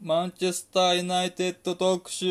マンチェスターユナイテッド特集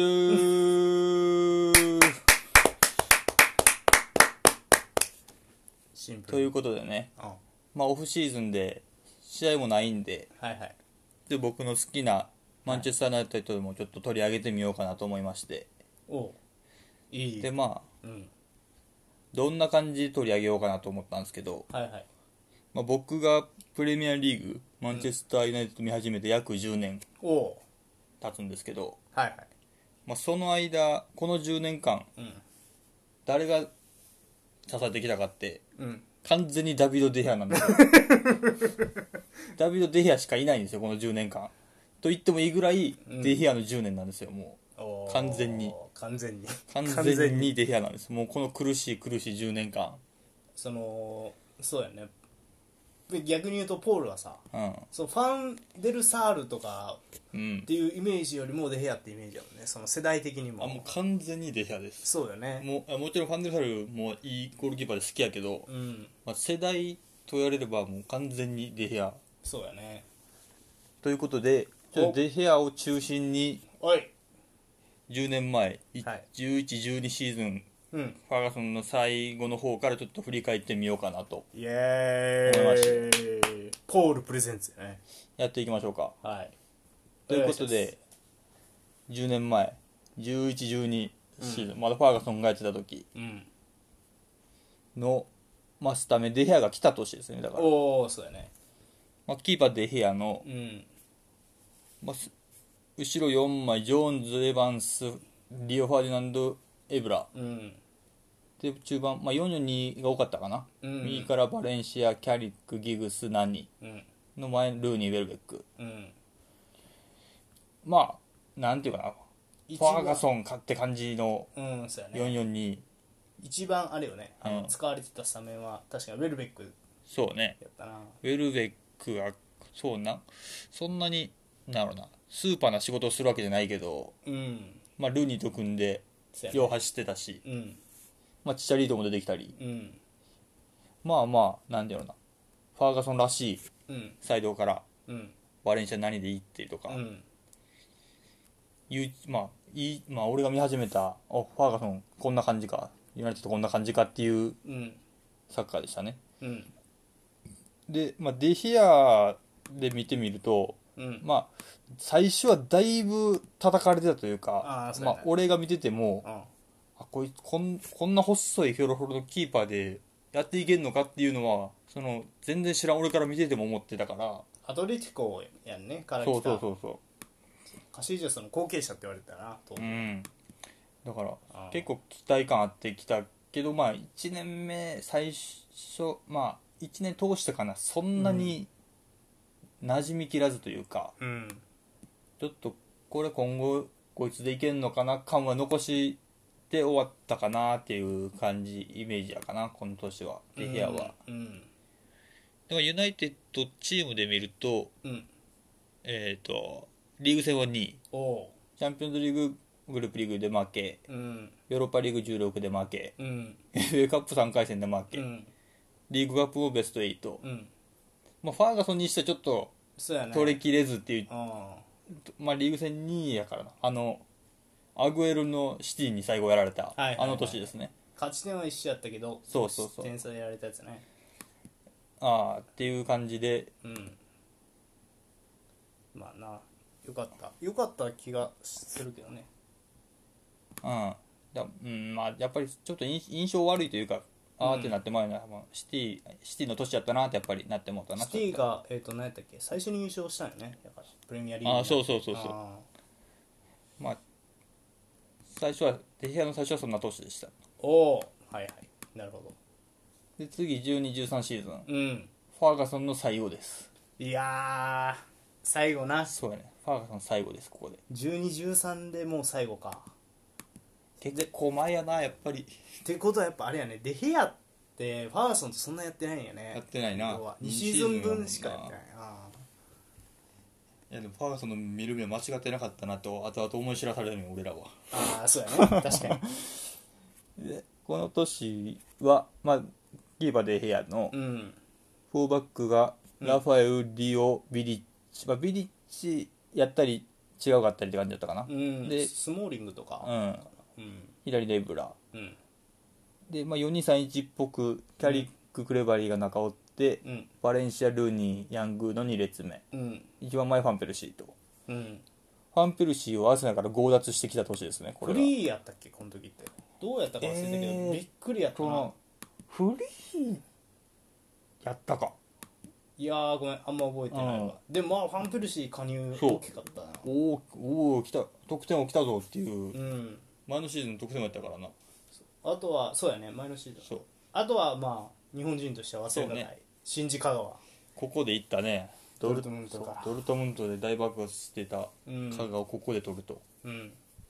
シンプルということでね、まあオフシーズンで試合もないんで、 はいはい。 で僕の好きなマンチェスターユナイテッドでもちょっと取り上げてみようかなと思いまして、 おういい。 でまあうん。 どんな感じで取り上げようかなと思ったんですけど、 はいはい。 まあ、僕がプレミアリーグマンチェスターユナイテッド見始めて約10年おう経つんですけど、 はいはい。 まあ、その間この10年間うん。 誰が支えてきたかってうん。 完全にダビド・デヘアなんですよダビド・デヘアしかいないんですよこの10年間と言ってもいいぐらいデヘアの10年なんですよ。もおう完全に完全に完全にデヘアなんです。もうこの苦しい10年間、 そうやね。逆に言うとポールはさ、 うんそのファンデルサールとかうんっていうイメージよりもデヘアってイメージだもんね。その世代的にも。 もう完全にデヘアです。 そうよね。 もちろんファンデルサルもいいゴールキーパーで好きやけど、 うん。 まあ、世代と言われればもう完全にデヘアそうやね。 ということで、ちょっとデヘアを中心におい。 10年前、 はい 11、12シーズンうん。 ファーガソンの最後の方からちょっと振り返ってみようかなとイエ思いましーイ。ポールプレゼンツやね。 やっていきましょうか。 はい。 ということで10年前11、12シーズン、まだファーガソンがやってた時うん。 の、まあ、スタメンデヘアが来た年ですね。だから、 おお、そうやね。 まあ、キーパーデヘアの、 うん。 まあ、後ろ4枚ジョーンズ、エヴァンス、リオ・ファーディナンド、エブラうん。 で中盤、まあ、442が多かったかな、 うん。 右からバレンシア、キャリック、ギグス、ナニうん。 の前ルーニー、ウェルベック、 うん。 まあなんていうかな、 一番ファーガソンかって感じのうん、そうやね。 442、 一番あれよね、 うん使われてたスタメンは確かにウェルベックそうね、 やったな。 ウェルベックはそうな、そんなになんだろうなスーパーな仕事をするわけじゃないけど、 うん。 まあ、ルーニーと組んでそうやね。 よう走ってたし、 うん。 まあ、チチャリートも出てきたり、 うん。 まあまあなんだろうな、ファーガソンらしいうん。 サイドからうん。 バレンシア何でいいってとか、 うん。 まあ俺が見始めたファーガソンこんな感じか、ユナイテッドこんな感じかっていううん。 サッカーでしたね。 うん。 で、まあ、デヒアで見てみると、 うん。 まあ最初はだいぶ叩かれてたというか、 そうやねまあ、俺が見てても、 うん。 こいつこんな細いヒョロヒョロのキーパーでやっていけんのかっていうのは全然知らん俺から見てても思ってたから。 アトレティコやんねからそう来た。 そうそカシージャスの後継者って言われてたなとう、うん、だからあー結構期待感あってきたけど、まあ1年目最初、まあ1年通してかな、そんなに馴染みきらずというか、 うん。 ちょっとこれ今後こいつでいけんのかな感は残して終わったかなっていう感じ、イメージやかなこの年はデヘアは。 うん。 でもユナイテッドチームで見ると、 うん。 リーグ戦は2位、 おおチャンピオンズリーググループリーグで負け、 う。うん。 ヨーロッパリーグ16で負け、 うん。 FA カップ3回戦で負け、 うん。 リーグカップもベスト8、 うん。 まあ、ファーガソンにしてはちょっとそうやね。 取りきれずっていう、 あまあ、リーグ戦2位やからな、アグエルのシティに最後やられた、 はいはいはいあの年ですね。 勝ち点は一緒やったけど、 そうそうそう点差でやられたやつね。 っていう感じで、 うん。まあな、よかった気がするけどね。 まあ、やっぱりちょっと印象悪いというか、ってなってまうな、まあ、シティの年やったなってやっぱりなって思ったな。 シティが何やったっけ、最初に優勝したんよね、だからプレミアリーグの。 そうそうあまあ最初はデヘアの最初はそんな年でした。 おお、はいはい、なるほど。 で次12、13シーズン、 うんファーガソンの最後です。 いやー、最後な。 そうやね、ファーガソン最後です。ここで 12、13でもう最後か。 結構前やなやっぱり。 ってことはやっぱあれやね、デヘアってファーガソンとそんなやってないんやね。 やってないな。 要は2シーズン分しかやってないな。 いやでもファーガソンの見る目は間違ってなかったなと後々思い知らされるよ俺らは。 そうやね、確かに。 でこの年は、まあ、キーパーデヘアのうん 4バックがラファエル、リオ、ビリッチ、ビリッチやったり違うかったりって感じだったかな、 うんでスモーリングとかうんかな左レブラうんで、4-2-3-1っぽくキャリック・クレバリーが中追って、 うんバレンシア、ルーニー、ヤングの2列目うん一番前ファンペルシーとうんファンペルシーをアーセナルから強奪してきた年ですねこフれがリーやったっけこの時ってどうやったか忘れたけど、びっくりやったなフリーやったかいやーごめんあんま覚えてないわでもまあファンペルシー加入そう大きかったなおお来た得点起きたぞっていううん前のシーズンの得点がやったからなあとはそうやね前のシーズンそうあとはまあ日本人としては忘れられない、 そうね新次香川ここでいったねドルトムントからドルトムントで大爆発してたうん香川をここで取ると、 うん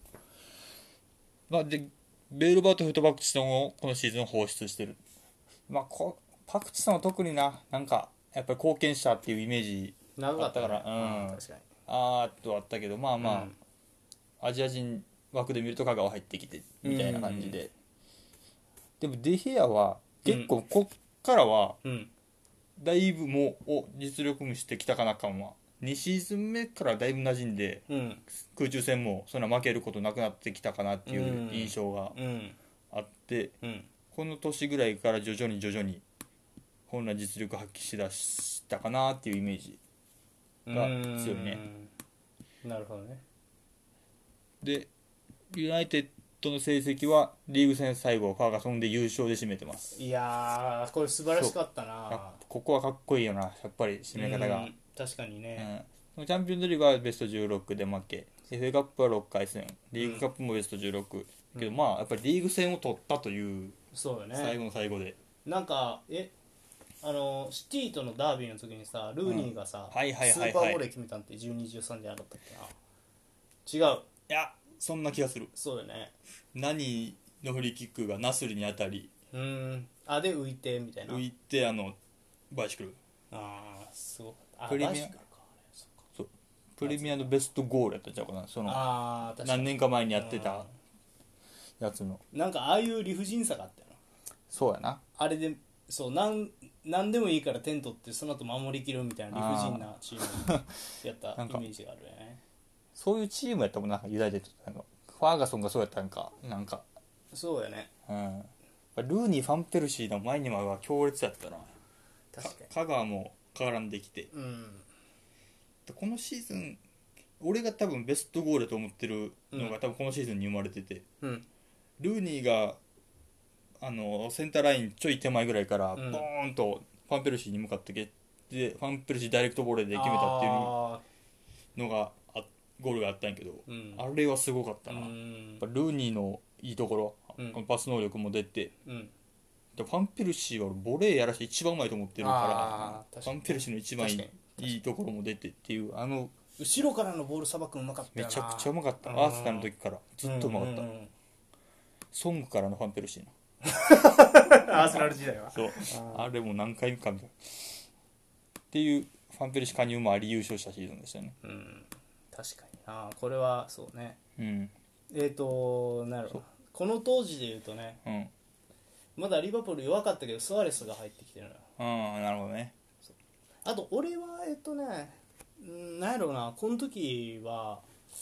でベールバート・フット・パクチソンをこのシーズン放出してる、パクチソンは特になんかやっぱり貢献したっていうイメージ長かったねあったから確かにあとあったけどアジア人枠で見ると香川入ってきてみたいな感じで、でもデヘアは結構こっからはうんだいぶもう実力もしてきたかな感は2シーズン目からだいぶ馴染んでうん空中戦もそんな負けることなくなってきたかなっていう印象がうんあって、 うんこの年ぐらいから徐々に本来実力発揮しだしたかなっていうイメージが強いね。 なるほどねでユナイテッドの成績はリーグ戦最後ファーガソンで優勝で締めてます。 いやーこれ素晴らしかったなここはかっこいいよなやっぱり締め方が、 うん確かにね、 チャンピオンズリーグはベスト16で負け FA カップは6回戦リーグカップもベスト16、けどやっぱりリーグ戦を取ったというそうよね最後の最後で、 なんかシティとのダービーの時にさルーニーがさ、 はいはいはいはいスーパーボレー決めたんって12-13じゃなかったっけな違ういやそんな気がする。 そうよね何のフリーキックがナスルに当たりで浮いてみたいな浮いてバイシクルすごかったプレミアバイシクルかそっかそうプレミアのベストゴールやったんちゃうかなその確かに何年か前にやってたやつのなんかああいう理不尽さがあったよなそうやなあれでそうなんでもいいから点取ってその後守りきるみたいな理不尽なチームやったイメージがあるよねそういうチームやったもんユナイテッドってファーガソンがそうやったんかなんかそうやねルーニーファンペルシーの前には強烈やったな。 確かに香川も絡んできてこのシーズン俺が多分ベストゴールだと思ってるのが多分このシーズンに生まれてて、ルーニーがセンターラインちょい手前ぐらいからボーンとファンペルシーに向かって蹴ってファンペルシーダイレクトボールで決めたっていうのがゴールがあったんやけど、あれはすごかったな。やっぱルーニーのいいところ、パス能力も出て、ファンペルシーはボレーやらして一番うまいと思ってるからファンペルシーの一番いいところも出てっていう後ろからのボールさばくのうまかったよなめちゃくちゃうまかったアーセナルの時からずっとうまかった、ソングからのファンペルシーなアーセナル時代はそうあれも何回か見たっていうファンペルシー加入もあり優勝したシーズンでしたね。 確かにこれはそうねなるほどこの当時で言うとね、まだリバプール弱かったけどスアレスが入ってきてるのよ。 なるほどね。 あと俺はなんやろうなこの時は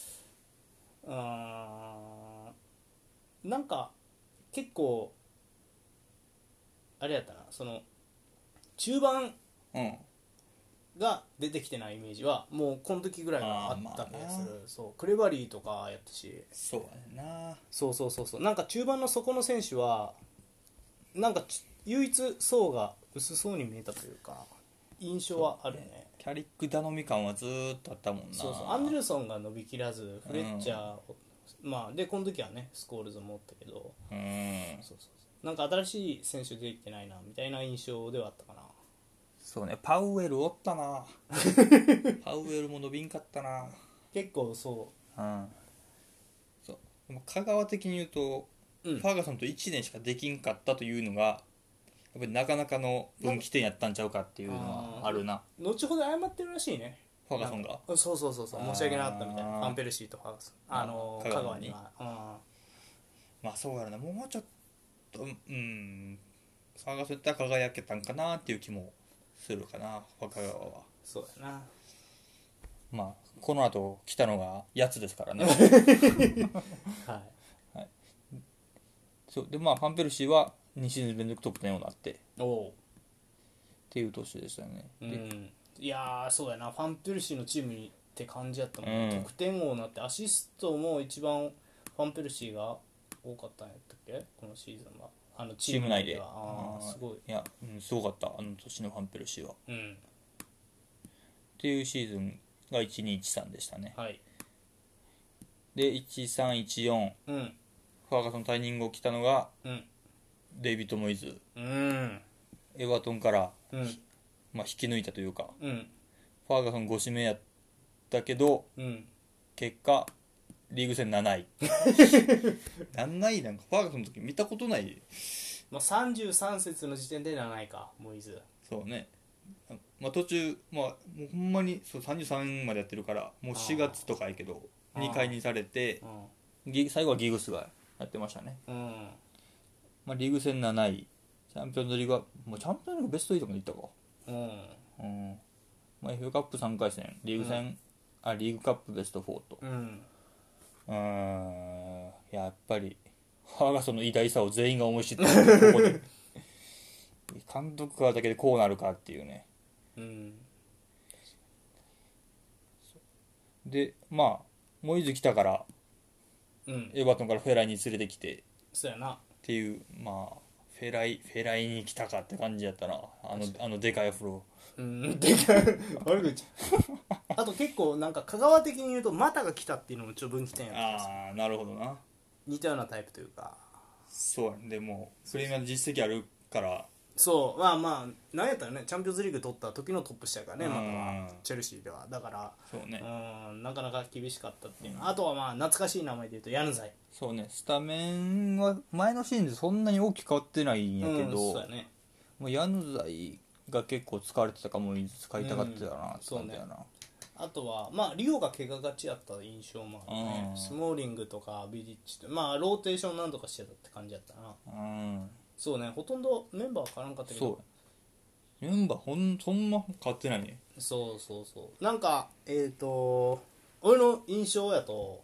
なんか結構あれやったなその中盤が出てきてないイメージはもうこの時ぐらいがあった気がする。そうクレバリーとかやったしそうやなそうなんか中盤の底の選手はなんか唯一層が薄そうに見えたというか印象はあるね。 キャリック頼み感はずーっとあったもんな。 そうアンデルソンが伸びきらずフレッチャー、でこの時はねスコールズもおったけどそうなんか新しい選手出てきてないなみたいな印象ではあったかな。 そうねパウエルおったなパウエルも伸びんかったな結構そうそうでも香川的に言うと、ファーガソンと1年しかできんかったというのがやっぱりなかなかの分岐点やったんちゃうかっていうのはあるな。 後ほど謝ってるらしいねファーガソンがそう申し訳なかったみたいなファンペルシーとファーガソン香川にはまあそうやろなもうちょっとファーガソンって輝けたんかなっていう気もするかな香川は。 そうやなまあこの後来たのがやつですからねはい、 はい、そうでまあファンペルシーは2シーズン連続トップ10をなってっていう年でしたよね、 うん、いやそうやな、ファンペルシーのチームにって感じやったもん、得点王になってアシストも一番ファンペルシーが多かったんやったっけこのシーズンは、 チーム内ですごい、 いや、すごかったあの年のファンペルシーは、 うん、 っていうシーズンが1213でしたね、 はい、 で1314、 うん、 ファーガソン退任後来たのが、 うん、 デイビッド・モイズ、 うん、 エバートンから、 うん、 まあ、引き抜いたというか、 うん、 ファーガソン5指名やったけど、 うん、 結果リーグ戦7位7位なんかファーガソンの時見たことない。 まあ、33節の時点で7位か、モイズ。 そうね、まあ、途中、まあ、もうほんまにそう33までやってるからもう4月とかやけどに解任されて、最後はギグスがやってましたね、まあ、リーグ戦7位、チャンピオンズリーグはもうチャンピオンズリーグベスト8までいったか、まあ、FA カップ3回戦リーグ戦、リーグカップベスト4と、やっぱりファーガソンの偉大さを全員が思い知ってるここで監督からだけでこうなるかっていうね、でまあモイズ来たから、エバートンからフェライに連れてきてそうやなっていう、まあフェライに来たかって感じやったな、あのでかいフロー、でかい悪口あと結構なんか香川的に言うとマタが来たっていうのもちょっと分岐点やったんですよ。 なるほどな、 似たようなタイプというか、 そうやでもプレミアの実績あるからそうまあなんやったらねチャンピオンズリーグ取った時のトップ下やからね、マタはチェルシーではだからそうね、 なかなか厳しかったっていうの、あとはまあ懐かしい名前で言うとヤヌザイ、 そうね、スタメンは前のシーンでそんなに大きく変わってないんやけど、 そうやね、 もうヤヌザイが結構使われてたかも、使いたかったなって感じやな、 あとはまあリオが怪我がちやった印象もあるね、スモーリングとかビディッチとまあローテーションなんとかしてたって感じやったな、そうね、ほとんどメンバーは変わらんかったけど、 そうメンバーそんな変わってないね、 そうなんか俺の印象やと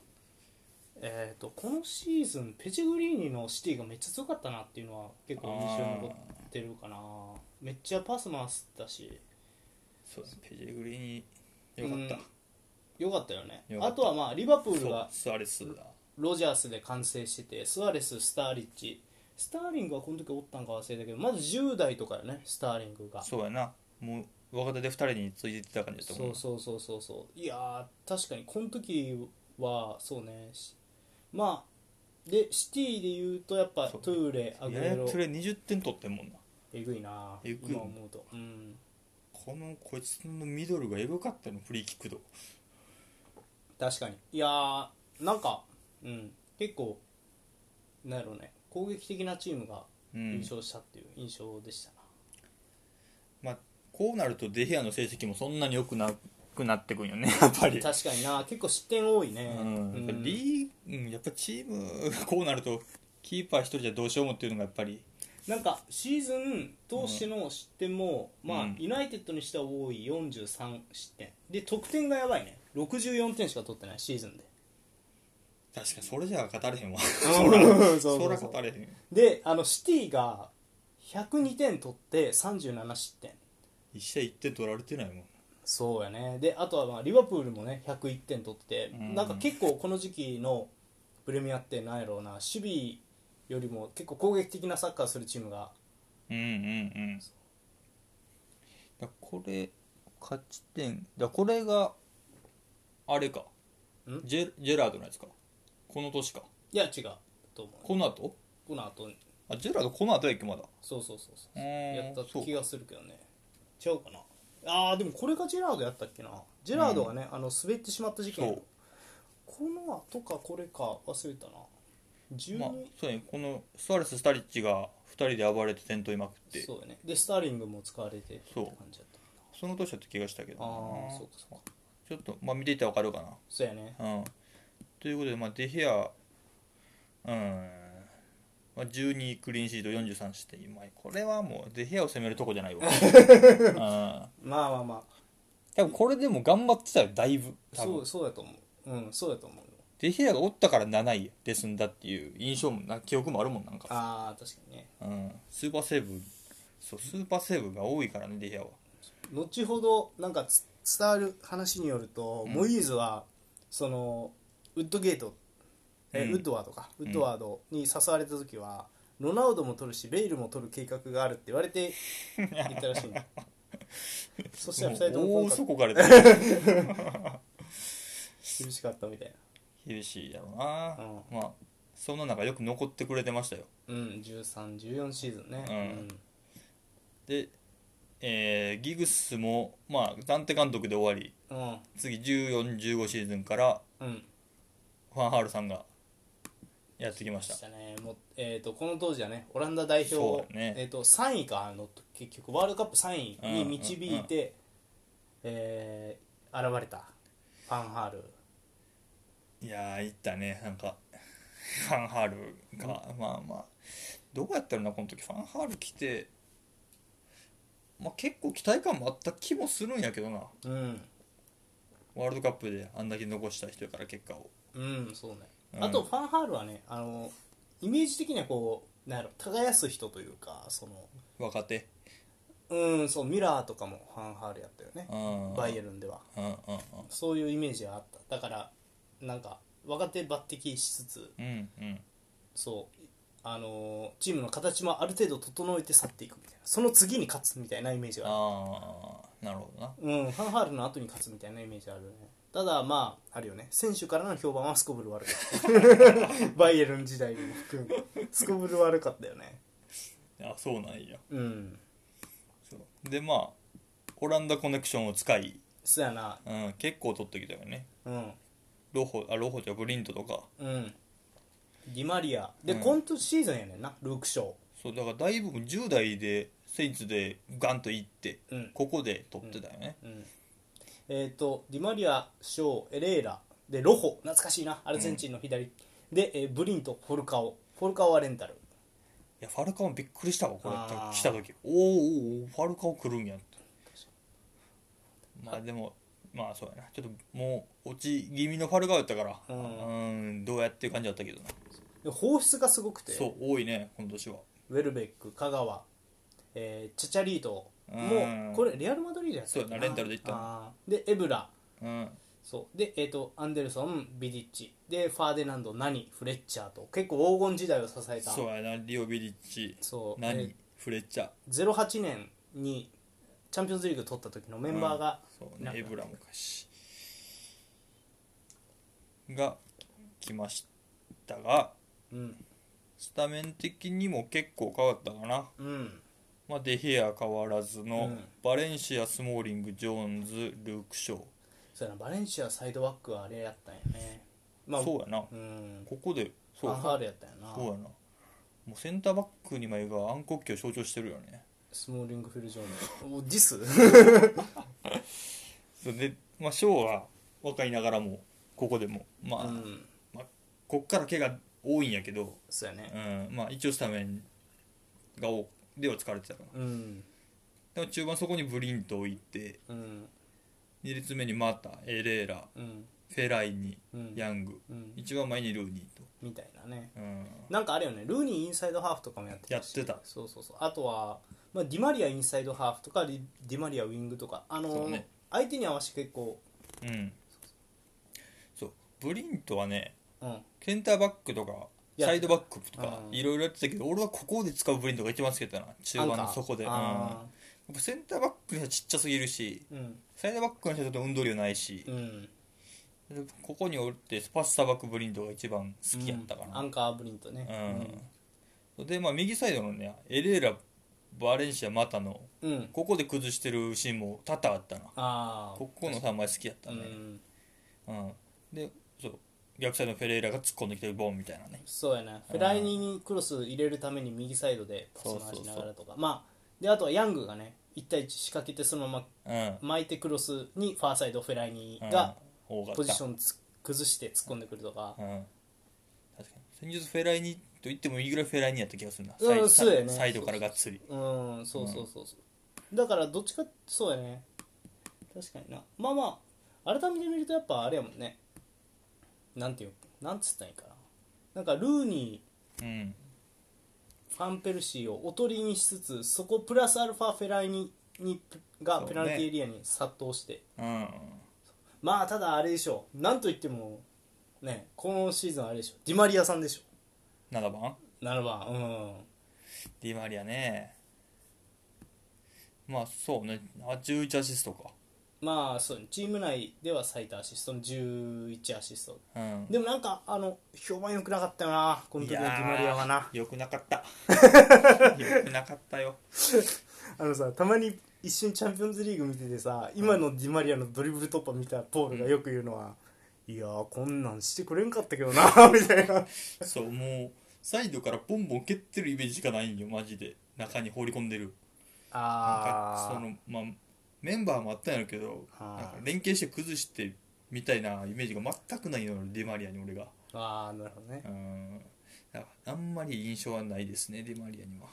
このシーズンペチグリーニのシティがめっちゃ強かったなっていうのは結構印象に残ってるかな。めっちゃパス回したし、 そうペチグリーニよかった、 よかったよね。あとはまあリバプールがスアレスだロジャースで完成してて、スアレス、スターリッチ、スターリングはこの時おったんか忘れたけど、まず10代とかよね、スターリングが。 そうやな、もう若手で2人についてた感じだと思う。 そういやー確かにこの時はそうね、まあでシティでいうとやっぱトゥーレ、アグエロ、 トゥーレ20点取ってんもんな、 えぐいな今思うと、 こいつのミドルがえぐかったの、フリーキック度確かに。いやーなんか結構なんやろうね、攻撃的なチームが優勝したっていう印象でしたな、 まあこうなるとデヘアの成績もそんなに良くなくなってくんよねやっぱり。 確かにな、結構失点多いね、 やっぱチームがこうなるとキーパー一人じゃどうしようもっていうのがやっぱりなんかシーズン通しての失点も、ユナイテッドにしては多い43失点で、得点がやばいね、64点しか取ってないシーズンで。 確かそれじゃ勝たれへんわそら勝たれへんでシティが102点取って37失点、 1試合1点取られてないもん。 そうやね。であとはまあリバプールもね101点取ってて、なんか結構この時期のプレミアってなんやろうな、守備よりも結構攻撃的なサッカーするチームが、 これ勝ち点これがあれかジェラードのやつか、この年か。 いや違うと思う。 この後ジェラードこの後やっけまだ。 そうやった気がするけどね。違うかな。でもこれがジェラードやったっけな。ジェラードがね、滑ってしまった事件、この後かこれか忘れたな。 そうね、このスアレス・スタリッチが2人で暴れて点取りまくって、 そうやね。でスターリングも使われてって感じだった。 その年だった気がしたけど、 そうかちょっと見ていたら分かるかな。 そうやね。 ということで、デヘア12クリーンシート43して、これはもうデヘアを攻めるとこじゃないわまあ多分これでも頑張ってたよだいぶ。 そうやと思う。そうやと思う。 デヒアがおったから7位で済んだっていう印象も記憶もあるもんなんか。 ああ確かにね。 スーパーセーブが多いからねデヒアは。 後ほどなんか伝わる話によると、モイーズはそのウッドゲート、ウッドワードに誘われた時は、ロナウドも取るしベイルも取る計画があるって言われて行ったらしいね。そしたら2人とも大底から出厳しかったみたいな。 厳しいやろな、まあその中よく残ってくれてましたよ。 13、14シーズンね。 で、ギグスもまあ暫定監督で終わり、次14、15シーズンから、ファンハールさんがやってきました。 もうこの当時はねオランダ代表を、3位か結局ワールドカップ3位に導いて、現れたファンハール。 いやーいったね。なんかファンハールが、まあどうやったらなこの時ファンハール来て、結構期待感もあった気もするんやけどな、ワールドカップであんだけ残した人やから結果を。 そうね。あとファンハールはね、イメージ的にはこうなんやろ耕す人というか、その若手、 そうミラーとかもファンハールやったよね、バイエルンでは。そういうイメージがあった。だからなんか若手抜擢しつつ、そうチームの形もある程度整えて去っていくみたいな、その次に勝つみたいなイメージがある。なるほどな。 ファンハールの後に勝つみたいなイメージがあるね。ただあるよね、選手からの評判はすこぶる悪かったバイエルン時代にも含めすこぶる悪かったよね。 そうなんや。そうでオランダコネクションを使い、 そうやな、 結構取ってきたよね。ロホじゃブリントとか、 ディマリアで、今シーズンやねんな、ルーク・ショー。 そうだからだいぶ10代でセインツでガンといって、ここで取ってたよね。 ディマリア、ショー、エレーラでロホ、懐かしいな、アルゼンチンの左、で、ブリント、フォルカオはレンタル。 いやファルカオびっくりしたわこれ来た時、おファルカオ来るんやって。でもそうやな、ちょっともう落ち気味のファルカオやったから、どうやっていう感じだったけどな。 放出がすごくて、 そう多いね今年は。 ウェルベック、香川、チャチャリートもうこれレアルマドリードやったそうやな、レンタルで行ったでエブラ、そうで、アンデルソン、ビディッチでファーデナンド、ナニ、フレッチャーと結構黄金時代を支えた。 そうやな、リオ・ビディッチ、ナニ、フレッチャー。08年にチャンピオンズリーグ取った時のメンバーが、 そうね、エブラ昔が来ましたが、スタメン的にも結構変わったかな。デヘア変わらずの、バレンシア、スモーリング、ジョーンズ、ルーク・ショー。 そうやな、バレンシアサイドバックはあれやったんやね。 そうやな、ここでファンハールやったんやな。 そうやな、もうセンターバックに眉が暗黒期を象徴してるよね。 スモーリング、フィル・ジョーンズディスそれで、ショーは若いながらもここでもこっから怪我多いんやけど、 そうやね、 一応スタメンがでは疲れてたから、でも中盤そこにブリントを置いて、2列目にマタ、エレーラ、フェライニ、ヤング、一番前にルーニーとみたいなね、なんかあれよね、ルーニーインサイドハーフとかもやってたし、そうあとは、ディマリアインサイドハーフとかディマリアウィングとか、相手に合わせて結構、 そうブリントはね、センターバックとかサイドバックとかいろいろやってたけど、俺はここで使うブリントが一番好きだったな、中盤の底で。センターバックにはちっちゃすぎるし、サイドバックの人はちょっと運動量ないし、ここにおってスパッサバックブリントが一番好きやったかな、 アンカーブリントね。 で右サイドのね、エレーラ、バレンシア、マタの、ここで崩してるシーンも多々あったな。ここの3枚好きやったね。でそう逆サイドのフェレイラが突っ込んできてボンみたいなね。 そうやな、フェライニにクロス入れるために右サイドでパス回しながらとか、であとはヤングがね1対1仕掛けてそのまま巻いてクロスにファーサイドフェライニがポジション崩して突っ込んでくるとか、 確かに戦術フェライニと言ってもいいぐらいフェライニやった気がするな、 そうやね、 サイドからがっつり。 そうだからどっちかそうやね、 確かにな。まあまあ改めて見るとやっぱあれやもんね、なんていう、なんつったらいいかな、なんかルーニー、ファンペルシーをおとりにしつつ、そこプラスアルファフェライニがペナルティエリアに殺到して、まあただあれでしょう、なんといってもね、このシーズンあれでしょ、ディマリアさんでしょ、 7番ディマリアね。まあそうね、11アシストか。 まあそうね、チーム内では最多アシストの11アシスト、でもなんか評判良くなかったよな、この時のディマリアはな。 良くなかった良くなかったよさ、たまに一瞬チャンピオンズリーグ見ててさ、今のディマリアのドリブル突破見たポールがよく言うのは、いやーこんなんしてくれんかったけどなみたいな。 そうもうサイドからボンボン蹴ってるイメージしかないんよマジで。中に放り込んでる、なんかそのまあメンバーもあったんやろけど、なんか連携して崩してみたいなイメージが全くないのよディマリアに俺が。 なるほどね。 だからあんまり印象はないですねディマリアには。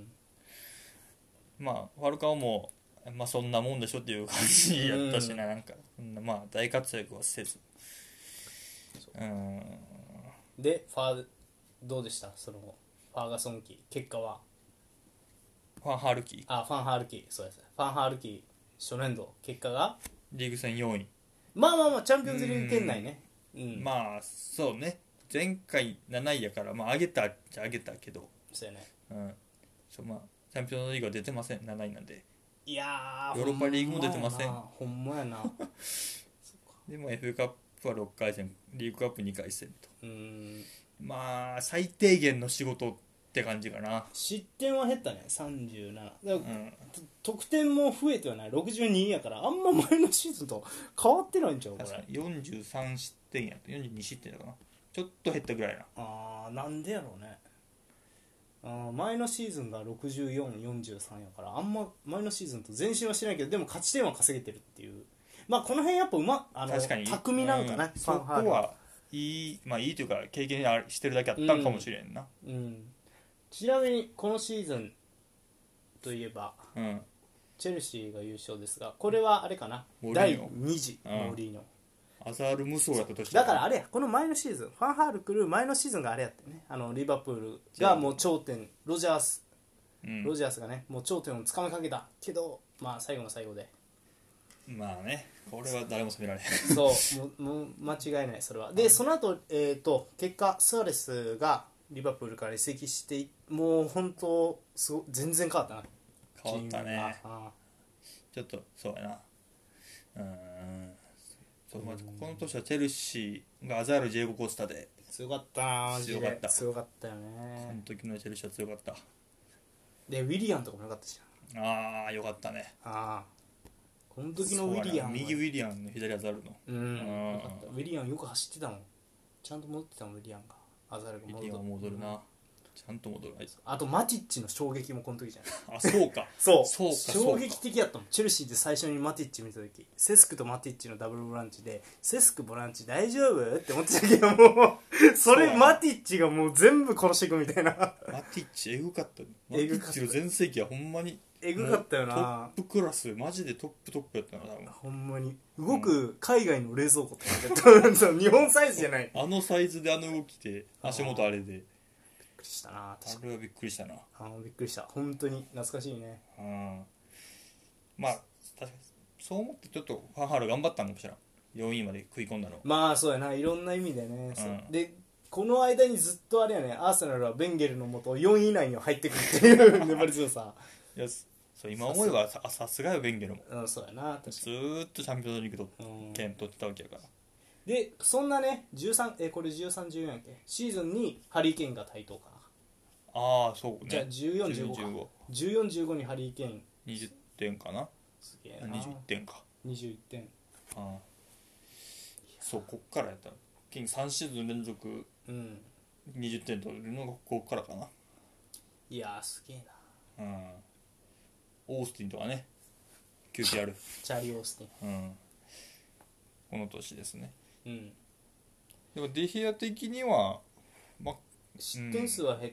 まあファルカオもまあそんなもんでしょっていう感じやったしな、なんかまあ大活躍はせず。 でどうでした、そのファーガソン期、結果は。 ファンハールキー、 ファンハールキー、そうです、ファンハールキー初年度結果がリーグ戦4位。 まあチャンピオンズリーグ圏内ね。 まあそうね、前回7位やからまあ上げたっちゃ上げたけど、 そうやね。 まあチャンピオンズリーグは出てません、7位なんで。 いやヨーロッパリーグも出てません。 ほんまやなでも FA カップは6回戦、リーグカップ2回戦と、まあ最低限の仕事って感じかな。 失点は減ったね、37だから、得点も増えてはない、62やから、あんま前のシーズンと変わってないんちゃうこれ。 確かに43失点やと42失点だかな、ちょっと減ったぐらいな。 なんでやろうね。前のシーズンが64、43やから、あんま前のシーズンと前進はしてないけど、でも勝ち点は稼げてるっていう。まあこの辺やっぱ確かに巧みなんかな、 そこはいい、まあいいというか経験してるだけあったんかもしれんな。 ちなみにこのシーズンといえば、チェルシーが優勝ですが、これはあれかな、第2次モーリーノ、 アザール無双やったとしてだからあれや、この前のシーズン、ファンハール来る前のシーズンがあれやってね、リバプールがもう頂点、ロジャースがねもう頂点をつかみかけたけど、まあ最後の最後で、 まあね、これは誰も責められへんそうもう間違いないそれは。でその後、結果スアレスがリバプールから移籍して、もう本当全然変わったな。 変わったね。ちょっとそうやな。そう、まずこの年はチェルシーがアザール、ジェイゴ・コスタで強かったな、マジで強かったよね。 その時のチェルシーは強かった。 でウィリアンとかもよかったしな。よかったね。 この時のウィリアン、 右ウィリアンの左アザールの、 よかった。ウィリアンよく走ってたもん、ちゃんと戻ってたもんウィリアンが。アザールが戻るな、ちゃんと戻る。 あとマティッチの衝撃もこの時じゃないそうか衝撃的やったもん。チェルシーで最初にマティッチ見た時、セスクとマティッチのダブルボランチで、セスクボランチ大丈夫って思ってたけど、もうそれマティッチがもう全部殺していくみたいな。マティッチエグかった。マティッチの全盛期はほんまにエグかったよな。 トップクラス、マジでトップやったな多分。 ほんまに動く海外の冷蔵庫って感じだった日本サイズじゃない、 あのサイズであの動きで足元あれでびっくりしたな。 あれはびっくりしたな。 びっくりした、本当に懐かしいね。 まあ確かにそう思ってちょっとファンハール頑張ったんかもしれん、4位まで食い込んだの。 まあそうやな、いろんな意味でね、でこの間にずっとあれやね、アーセナルはベンゲルのもと4位以内に入ってくるっていう粘り強さ。 いやそう今思えばさすがよベンゲルも。 そうやな、確かにずーっとチャンピオンズリーグ権取ってたわけやから。 でそんなねこれ13、14やっけシーズンにハリー・ケインが台頭かな。 そうね。 じゃあ14、15 14、15にハリー・ケイン 20点かな。 すげえな。 21点か。 21点。 そう、こっからやったらケイン3シーズン連続20点取るのがこっからかな。 いやーすげえな。 オースティンとかね、QPR チャーリー・オースティン、 この年ですね。でもデヒア的には失点数は減った、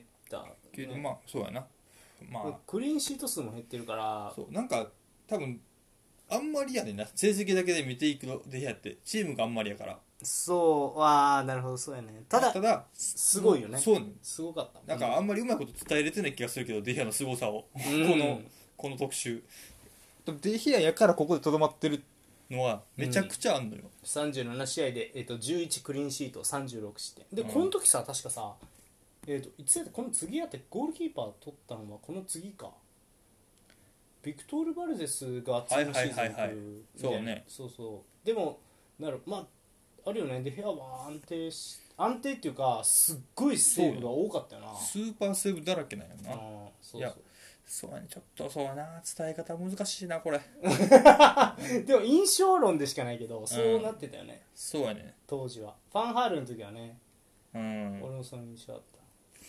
まあそうやな。 クリーンシート数も減ってるから、 そうなんか多分あんまりやねんな、成績だけで見ていくのでやってチームがあんまりやから。 そうなるほど、そうやね。ただすごいよね。 そうね、 すごかった。 なんかあんまりうまいこと伝えれてない気がするけど、デヒアの凄さをこの特集でもデヒアやからここでとどまってるのはめちゃくちゃあんのよ、 37試合で、11クリーンシート36失点で、この時さ確かさ、いつやってこの次やってゴールキーパー取ったのはこの次か、ビクトール・バルデスが次のシーズン来るみたいな。 そうね、 そうそうでもまああるよね。デヘアは安定っていうかすっごいセーブが多かったよな。 スーパーセーブだらけなんやな。 そういやそうやね、ちょっとそうやな、伝え方難しいなこれでも印象論でしかないけどそうなってたよね、 そうやね、 当時はファンハールの時はね、 俺もその印象あった。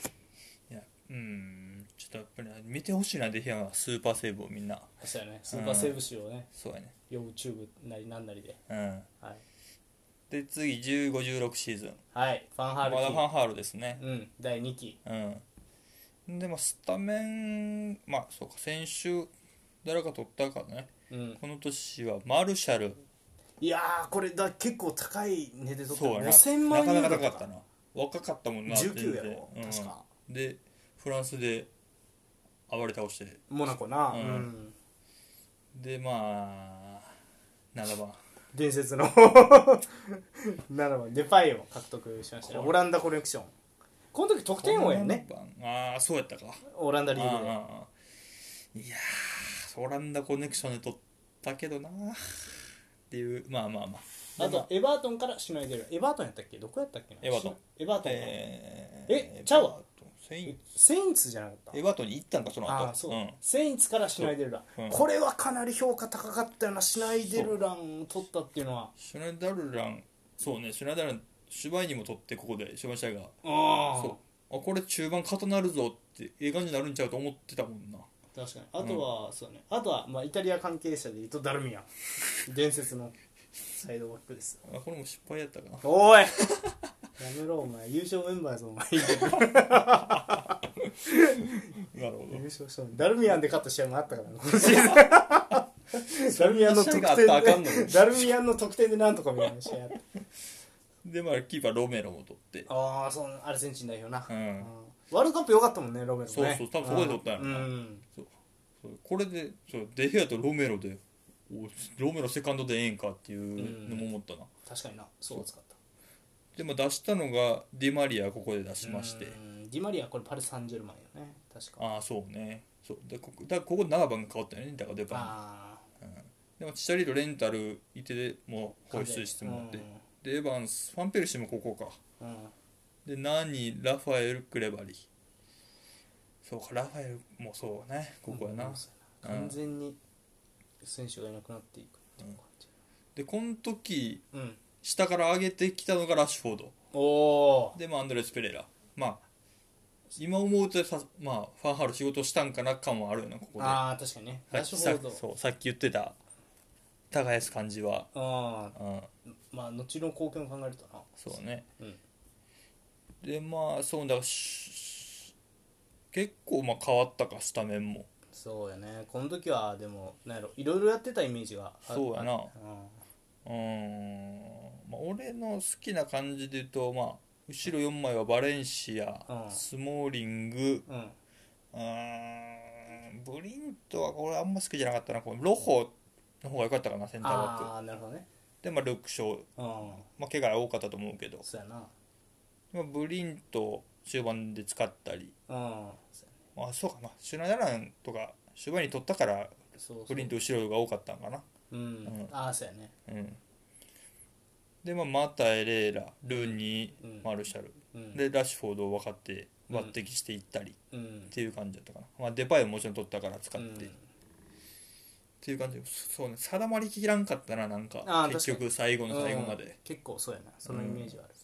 いやちょっとやっぱり見てほしいな、デヒアはスーパーセーブをみんな。 そうやね、スーパーセーブ集をね、 そうやね、 YouTube なりなんなりで、はい、 で次15、16シーズン、 はい、ファンハールまだファンハールですね、 第2期、 でもスタメンそうか、先週誰か取ったかね、この年はマルシャル。 いやーこれ結構高い値で取った。 そうやな、 5000万円なかなか高かったな、若かったもんな、 19やろ、確かでフランスで暴れ倒してモナコな、 で7番伝説の7番デパイを獲得しましたね。オランダコネクション、この時得点王やね。 そうやったか、 オランダリーグで。いやーオランダコネクションで取ったけどなっていう。 あとエバートンからシュナイデル、エバートンやったっけ、どこやったっけな、 エバートンちゃうわ、 セインツじゃなかった、 エバートンに行ったんかその後。 そう、セインツからシュナイデルラン、これはかなり評価高かったよな、シュナイデルラン取ったっていうのは。 シュナイダルラン、そうね、シュナイダルランシュバイにも取って、ここでシュバイシャイがそうこれ中盤固なるぞってええ感じになるんちゃうと思ってたもんな。 確かに。あとは、そうね、あとはイタリア関係者でいうとダルミアン伝説のサイドバックです。 これも失敗やったかな。 おいやめろお前、優勝メンバーやぞお前なるほど、 優勝したのにダルミアンで勝った試合もあったからな、このシーズンダルミアンの得点でダルミアンの得点でなんとかみたいな試合あったでキーパーロメロも取って、 そうアルゼンチン代表な、ワールドカップ良かったもんね、ロメロね。 そう多分そこで取ったんやろな、これでデヘアとロメロでロメロセカンドでええんかっていうのも思ったな、 確かにな、そう使った。 で出したのがディマリア、ここで出しまして、 ディマリアこれパリ・サンジェルマンよね、確か。 そうね、そうでここ7番が変わったよね、だからデパン、でもチチャリーロレンタルいてもうホイッスルしてもらって、でエヴァンス、ファンペルシーもここか、でラファエル・クレバリ、そうか、ラファエルもそうね、ここやな、 完全に選手がいなくなっていくっていう感じ、 でこの時、下から上げてきたのがラッシュフォードで、アンドレス・ペレラ、今思うとファンハール仕事したんかな感はあるよな、ここで。 確かにね、ラッシュフォードさっき言ってた耕す感じは、 後の貢献を考えるとな、 そうね、でそうだ、結構変わったか、スタメンも。 そうやね、この時はでもなんやろ、いろいろやってたイメージがある。 そうやな、俺の好きな感じで言うと、後ろ4枚はバレンシア、スモーリング、ブリントは俺あんま好きじゃなかったな、このロホの方が良かったかな、センターバック。 なるほどね。 でルックショー、怪我が多かったと思うけど、 そうやな、 ブリント終盤で使ったり、そうかな、シュナイダランとか終盤に取ったからブリント後ろが多かったんかな。 そうやね。 でマタエレーラ、ルーニー、マルシャル、でラッシュフォードを分かって抜擢していったりっていう感じだったかな。デパイももちろん取ったから使って、っていう感じで、そうね、定まりきらんかったな、なんか結局最後の最後まで、 結構そうやな、そのイメージはある。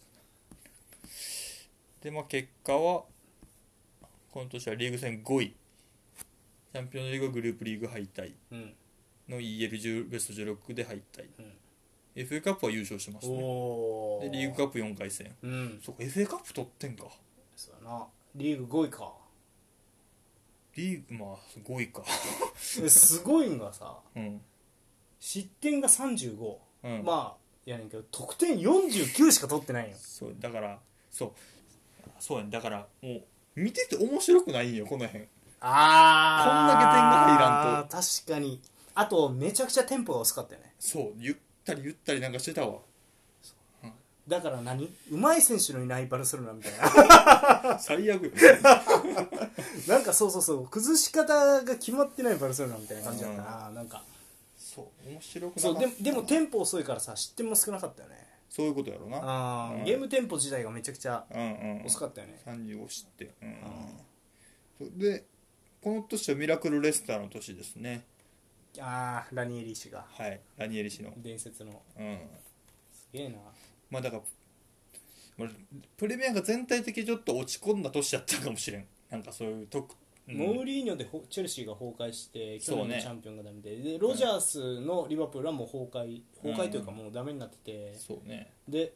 で結果はこの年はリーグ戦5位、チャンピオンズリーググループリーグ敗退の EL ベスト16で敗退、FA カップは優勝しましたね。でリーグカップ4回戦、そうか FA カップ取ってんか。 そうやな、リーグ5位か。 リーグ5位かすごいんがさ、 失点が35、 うん、 まあやねんけど得点49しか取ってないよ。 そうだからそうやね、だからもう見てて面白くないんよこの辺。 あこんだけ点が入らんと。 確かに。あとめちゃくちゃテンポが遅かったよね。 そうゆったりなんかしてたわ。 だから何うまい選手のいないバルセロナみたいな最悪よなんかそう崩し方が決まってないバルセロナみたいな感じだったな、なんかそう面白くなかった。 そうでもテンポ遅いからさ失点も少なかったよね。 そういうことやろな、 ゲームテンポ自体がめちゃくちゃ遅かったよね、 35失点、でこの年はミラクルレスターの年ですね。 ラニエリ氏が、 はい、ラニエリ氏の伝説の、すげえな。 まあだからプレミアが全体的にちょっと落ち込んだ年やったかもしれん。なんかそういうモーリーニョでチェルシーが崩壊して去年のチャンピオンがダメで、ロジャースのリバプールはもう崩壊というかもうダメになってて、 そうね。 で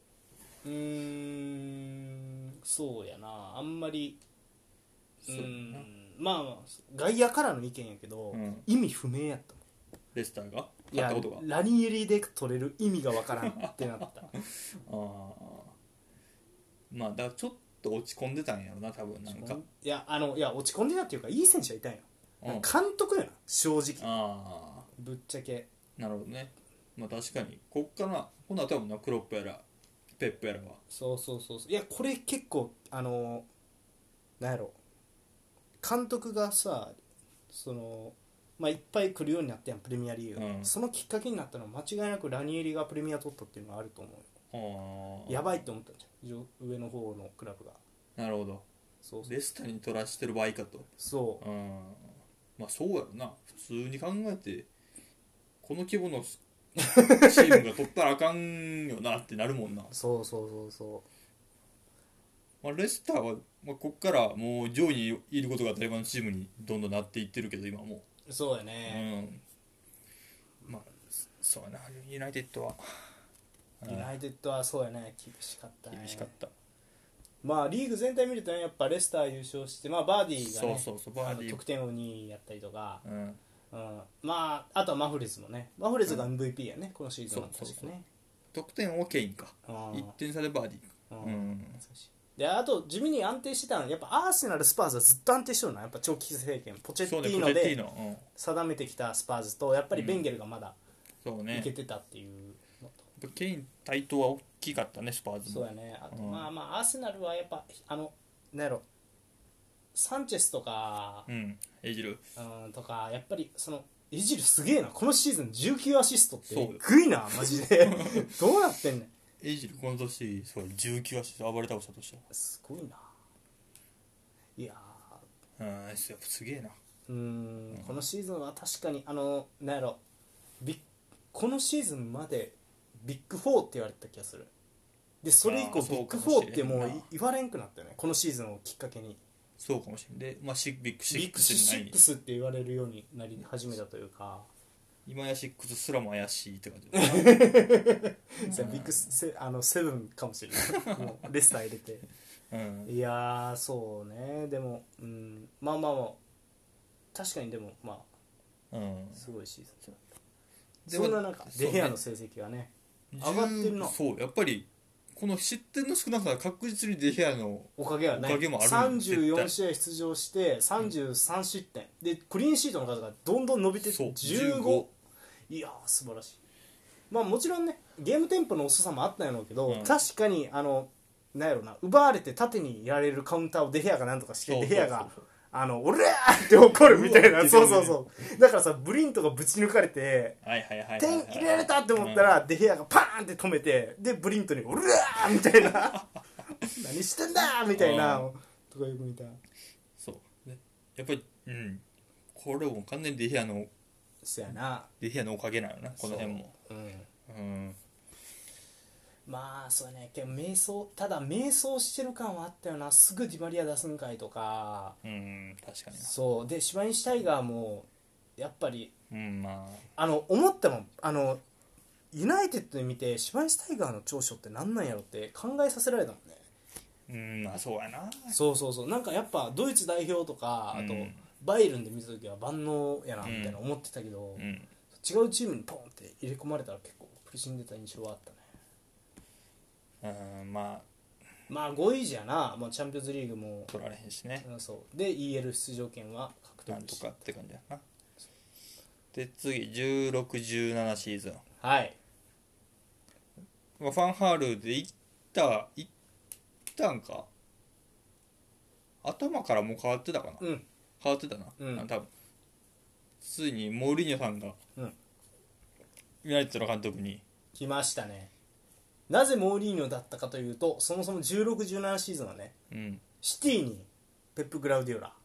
そうやな、あんまりまあ外野からの意見やけど、意味不明やったもんレスターが。 いやラニエリで取れる意味がわからんってなったまあだからちょっと落ち込んでたんやろな多分。なんかいや落ち込んでたっていうかいい選手はいたんよ、監督やな正直。ぶっちゃけ。 なるほどね。まあ確かにこっからほな多分なクロップやらペップやらは。 そういやこれ結構なんやろ監督がさいっぱい来るようになったやんプレミアリーグ、そのきっかけになったのは間違いなくラニエリがプレミア取ったっていうのがあると思うよ。やばいって思ったんじゃん上の方のクラブが。 なるほど。レスターに取らしてる場合かと。まあそうやろな。普通に考えてこの規模のチームが取ったらあかんよなってなるもんな。まあ、レスターは、こっからもう上位にいることが当たり前のチームにどんどんなっていってるけど今もそうやね、 まあそうやな。ユナイテッドはそうやね、厳しかったね。 厳しかった。 まあリーグ全体見るとね、やっぱレスター優勝して、バーディーがねバーディー得点王2位やったりとか、まああとはマフレズもね、マフレズが MVP やね、このシーズンの確かね。 得点王ケインか、1点差でバーディーであと地味に安定してたのはやっぱアーセナルスパーズはずっと安定してるのはやっぱ長期政権ポチェッティーノで定めてきたスパーズとやっぱりベンゲルがまだいけてたっていうのと、 ケイン台頭は大きかったねスパーズも。 そうやね。あとまあアーセナルはやっぱなんやろサンチェスとかエジルとかやっぱりエジルすげえな、このシーズン19アシストってグイなマジでどうなってんねん。 エイジルこの年19アシスト暴れ倒したとしたらすごいな。いややっぱすげえな。 このシーズンは確かになんやろこのシーズンまでビッグ4って言われた気がする。でそれ以降ビッグ4ってもう言われんくなったよね、このシーズンをきっかけに。 そうかもしれんで、ビッグ 6って言われるようになり始めたというか、 今や6すらも怪しいって感じビッグ7かもしれないもうレスター入れて、いやそうね。でも、まあ確かにでもすごいシーズンだった。そんななんかデヘアの成績がね上がってるな。 そうやっぱりこの失点の少なさは確実にデヘアのおかげはね。34試合出場して33失点でクリーンシートの数がどんどん伸びて15。いや素晴らしい。もちろんねゲームテンポの遅さもあったんやろうけど、確かになんやろな、奪われて縦にやられるカウンターをデヘアがなんとかしてデヘアがおらーって怒るみたいな。そうだからさブリントがぶち抜かれて点入れられたって思ったらデヘアがパーンって止めて、でブリントにおらーみたいな何してんだみたいなとかよく見た。 そうやっぱりこれも完全にデヘアのおかげなのなこの辺も。 まあそうね、ただ迷走してる感はあったよな。すぐディマリア出すんかいとか。 確かにそうでシュバインシュタイガーもやっぱり思ったもん、ユナイテッドで見てシュバインシュタイガーの長所って何なんやろって考えさせられたもんね。 そうやな。 そうなんかやっぱドイツ代表とかあとバイエルンで見た時は万能やなみたいな思ってたけど、 違うチームにポンって入れ込まれたら結構苦しんでた印象はあったね。 まあ5位じゃな、もうチャンピオンズリーグも取られへんしね、 そうで EL 出場権は獲得なんとかって感じやな。で次1617シーズン、 はい、 ファンハールで行ったんか、頭からもう変わってたかな、変わってたな、多分ついにモーリーニョさんがユナイテッドの監督に来ましたね。なぜモーリーニョだったかというと、そもそも1617シーズンはね、シティにペップ・グラウディオラ、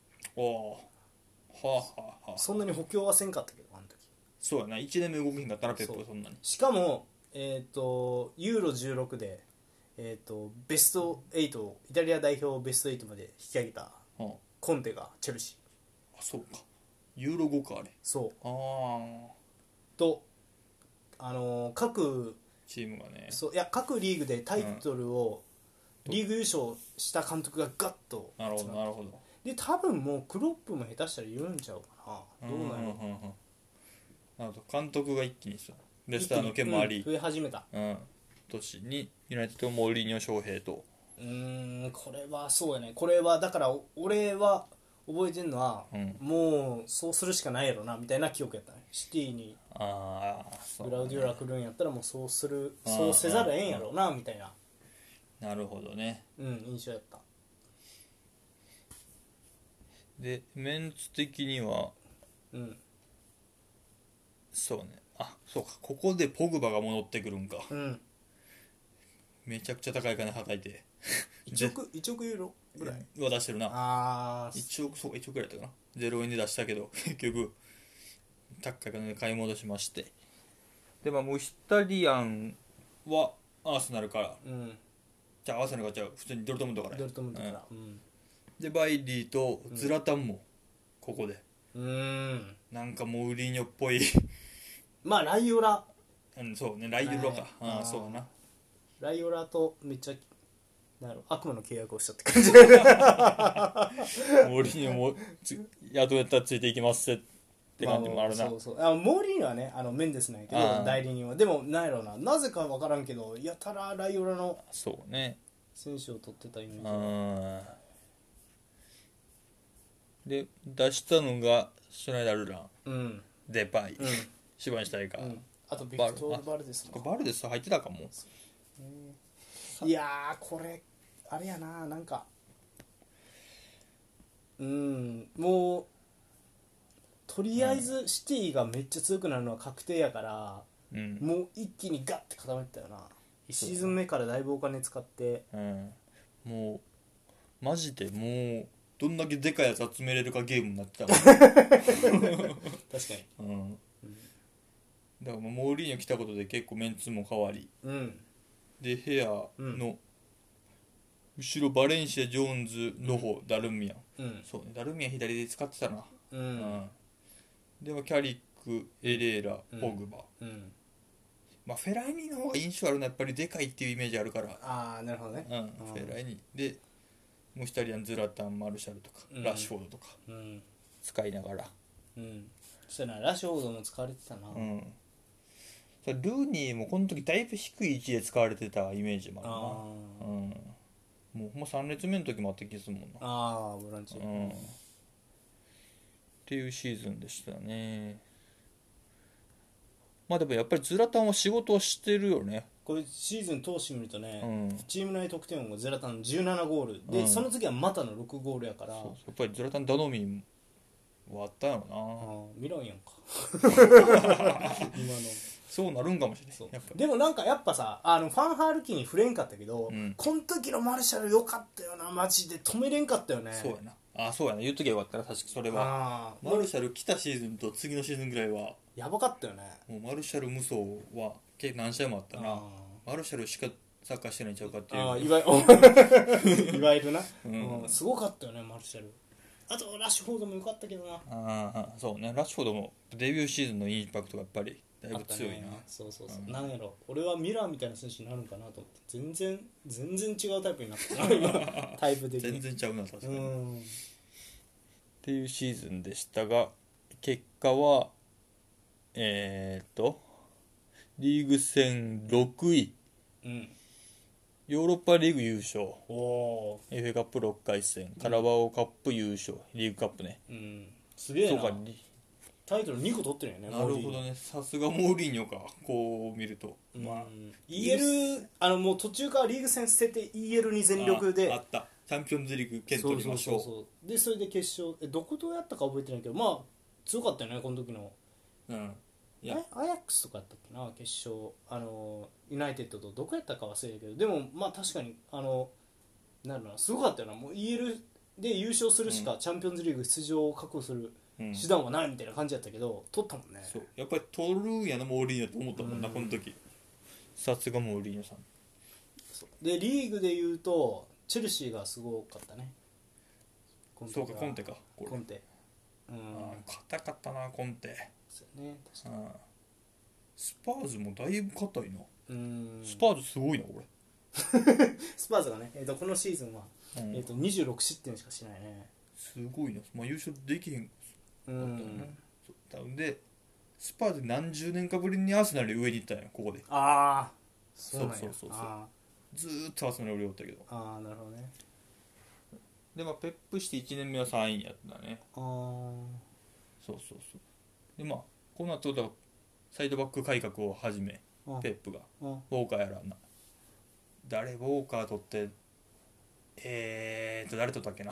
そんなに補強はせんかったけどあの時。 そうやな、1年目動きへんかったなペップは。そんなにしかもユーロ16でベスト8、イタリア代表をベスト8まで引き上げたコンテがチェルシー。そうか、ユーロ5かあれ。 そうと各チームがね、 いや各リーグでタイトルを、リーグ優勝した監督がガッと。 なるほどなるほど。 で多分もうクロップも下手したら言うんちゃうかな、どうなの。 なるほど、監督が一気にさレスターの件もあり、 増え始めた、 年にユナイテッドモーリーニョ翔平と。 これはそうやね。これはだから俺は覚えてるのは、もうそうするしかないやろなみたいな記憶やったね。シティにグラウディオラ来るんやったらもうそうせざるをえんやろうなみたいな。 なるほどね。 印象やった。 でメンツ的にはそうね、そうか、ここでポグバが戻ってくるんか。めちゃくちゃ高い金はたいて 1億ユーロぐらいは出してるな。1億、そうか、1億ぐらいだったかな。0円で出したけど結局高い金で買い戻しまして、でムヒタリアンはアーセナルから、じゃあアーセナルが普通にドルトムントから、でバイリーとズラタンもここで、なんかモーリーニョっぽいまあライオラ、 そうね、ライオラか、そうだな、 ライオラとめっちゃ悪魔の契約をしたって感じモーリーニョも雇ったらついていきますって感じもあるな。 モーリーニョはねメンデスなんやけど代理人は。でもなんやろうなぜか分からんけどやたらライオラのそうね選手を取ってたイメージで出したのがシュナイダールラン、デパイ、シュバンシュタイガー、 あとビクトール・バルデス。 バルデス入ってたかも。 いやこれあれやな、なんかもうとりあえずシティがめっちゃ強くなるのは確定やから、もう一気にガッて固めてたよな。1シーズン目からだいぶお金使って、 もうマジでもうどんだけでかいやつ集めれるかゲームになってたから確かに、だからモーリーニョ来たことで結構メンツも変わり、でヘアの後ろバレンシア、ジョーンズ、ロホ、ダルミアン、そうね、ダルミアン左で使ってたな、でもキャリック、エレーラ、ポグバ、フェライニの方が印象あるのはやっぱりでかいっていうイメージあるから、 なるほどね、 フェライニでムヒタリアン、ズラタン、マルシャルとか、ラッシュフォードとか、使いながら、 そしたらラッシュフォードも使われてたな、 ルーニーもこの時だいぶ低い位置で使われてたイメージもあるな。もうほんま3列目の時もあった気がするもんな。 ボランチ、 っていうシーズンでしたね。でもやっぱりズラタンは仕事をしてるよね。 これシーズン通してみるとね、チーム内得点王がズラタン17ゴールで、その次はまたの6ゴールやから、やっぱりズラタン頼みはあったよな。 ミランやんか今のそうなるんかもしれない。 でもなんかやっぱさ、ファンハール期に触れんかったけど、この時のマルシャル良かったよな、マジで止めれんかったよね。 そうやな、そうやな、言っときゃよかったな。確かそれはマルシャル来たシーズンと次のシーズンぐらいはやばかったよね。 もうマルシャル無双は何試合もあったな。マルシャルしかサッカーしてないんちゃうかっていう、 いわゆるな、すごかったよねマルシャル。あとラッシュフォードも良かったけどな。 そうね、ラッシュフォードもデビューシーズンのインパクトがやっぱりだいぶ強いな。 そう、なんやろ、俺はミラーみたいな選手になるんかなと思って、全然違うタイプになったな今タイプ的に全然ちゃうな、確かに。っていうシーズンでしたが、結果はリーグ戦6位、 うん、 ヨーロッパリーグ優勝、 FA カップ6回戦、カラバオカップ優勝、リーグカップね、 すげえな。タイトル2個取ってるよね。 なるほどね、さすがモーリーニョか、こう見ると、 EL もう途中からリーグ戦捨てて EL に全力であったチャンピオンズリーグ権取りましょう。 そうでそれで決勝どことやったか覚えてないけど、まあ強かったよねこの時の。アヤックスとかやったっけな、決勝ユナイテッドとどこやったか忘れたけど、でもまあ確かになんだろうな、すごかったよな。もう EL で優勝するしか、チャンピオンズリーグ出場を確保する手段はないみたいな感じだったけど、取ったもんね。 そうやっぱり取るんやなモーリーニョと思ったもんな、この時。さすがモーリーニョさん。 でリーグでいうとチェルシーがすごかったね。 そうか、コンテか、これコンテ、 硬かったなコンテ。 そうね、確かに。 スパーズもだいぶ硬いな。スパーズすごいなこれ。 スパーズがね、このシーズンは、26失点しかしないね。 すごいな、まあ、優勝できへんかったよね。でスパーズ何十年かぶりにアーセナル上に行ったんや、ここで。 ああ、 そうずーっとアーセナル上におったけど。 ああ、なるほどね。 で、まあ、ペップして1年目は3位やったね。そうで、まあこの後だサイドバック改革を始め、ペップがウォーカーやらな、誰ウォーカー取って、誰取ったっけな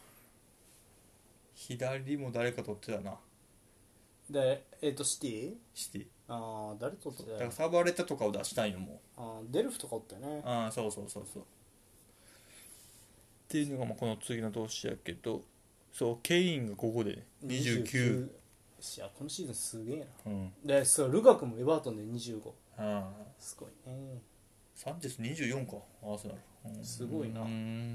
左も誰か取ってたな。 でシティ誰取ってただからサバレタとかを出したんよ、もう。デルフとかおったよね。 そうっていうのがまあこの次の年やけど、そうケインがここで29。 いやこのシーズンすげえな。でそうルカクもエバートンで25。すごいね。 サンチェス24か、アーセナル。 すごいな。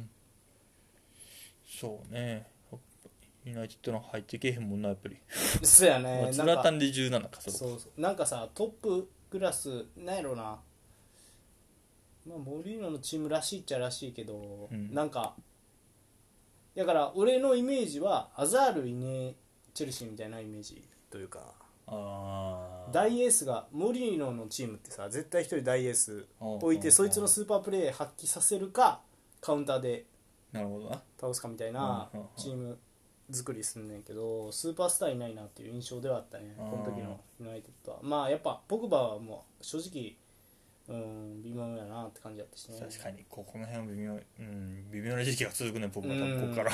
そうね、ユナイテッドの入ってけへんもんな、やっぱり。 そうやね。 ズラタンで17か。 そうなんかさ、トップクラスなんやろな、まあモリーノのチームらしいっちゃらしいけど、なんかだから俺のイメージはアザールいねチェルシーみたいなイメージというか、大エースがモリーノのチームってさ、絶対一人大エース置いてそいつのスーパープレー発揮させるかカウンターで倒すかみたいなチーム作りすんねんけど、スーパースターいないなっていう印象ではあったね、この時のユナイテッドは。まあやっぱポグバはもう正直微妙やなって感じだったしね。 確かにこの辺は微妙な時期が続くね、ポグバ、ここから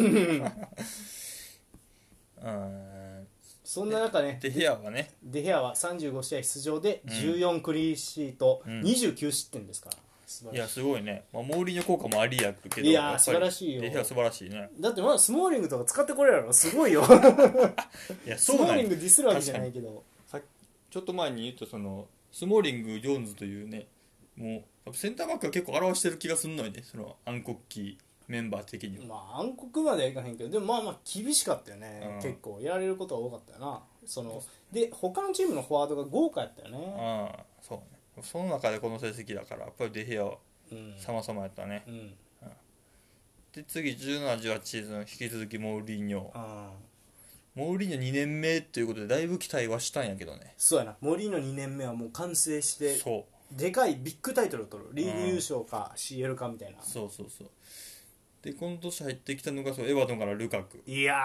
そんな中ね、 デヘアは 35試合出場で14クリーンシート、29失点ですから。 いやすごいね、モーリーニョ効果もありやけど、 いや素晴らしいよ。 デヘア素晴らしいね。 だってまだスモーリングとか使ってこれやろ、すごいよいやスモーリングディスるわけじゃないけど、 ちょっと前に言うと、そのスモーリング・ジョーンズというね、もうセンターバックが結構表してる気がするのよね、その暗黒期メンバー的には。 まあ暗黒まではいかへんけど、でもまあ厳しかったよね、結構やられることは多かったよな。で他のチームのフォワードが豪華やったよね。 そうね、その中でこの成績だからやっぱりデヘアは様々やったね。で次17、18シーズン引き続きモーリーニョ。モーリーニョ2年目ということでだいぶ期待はしたんやけどね。 そうやな、モーリーニョ2年目はもう完成して、でかいビッグタイトルを取る、リーグ優勝か CL かみたいな。 そうでこの年入ってきたのがエバートンからルカク、 いや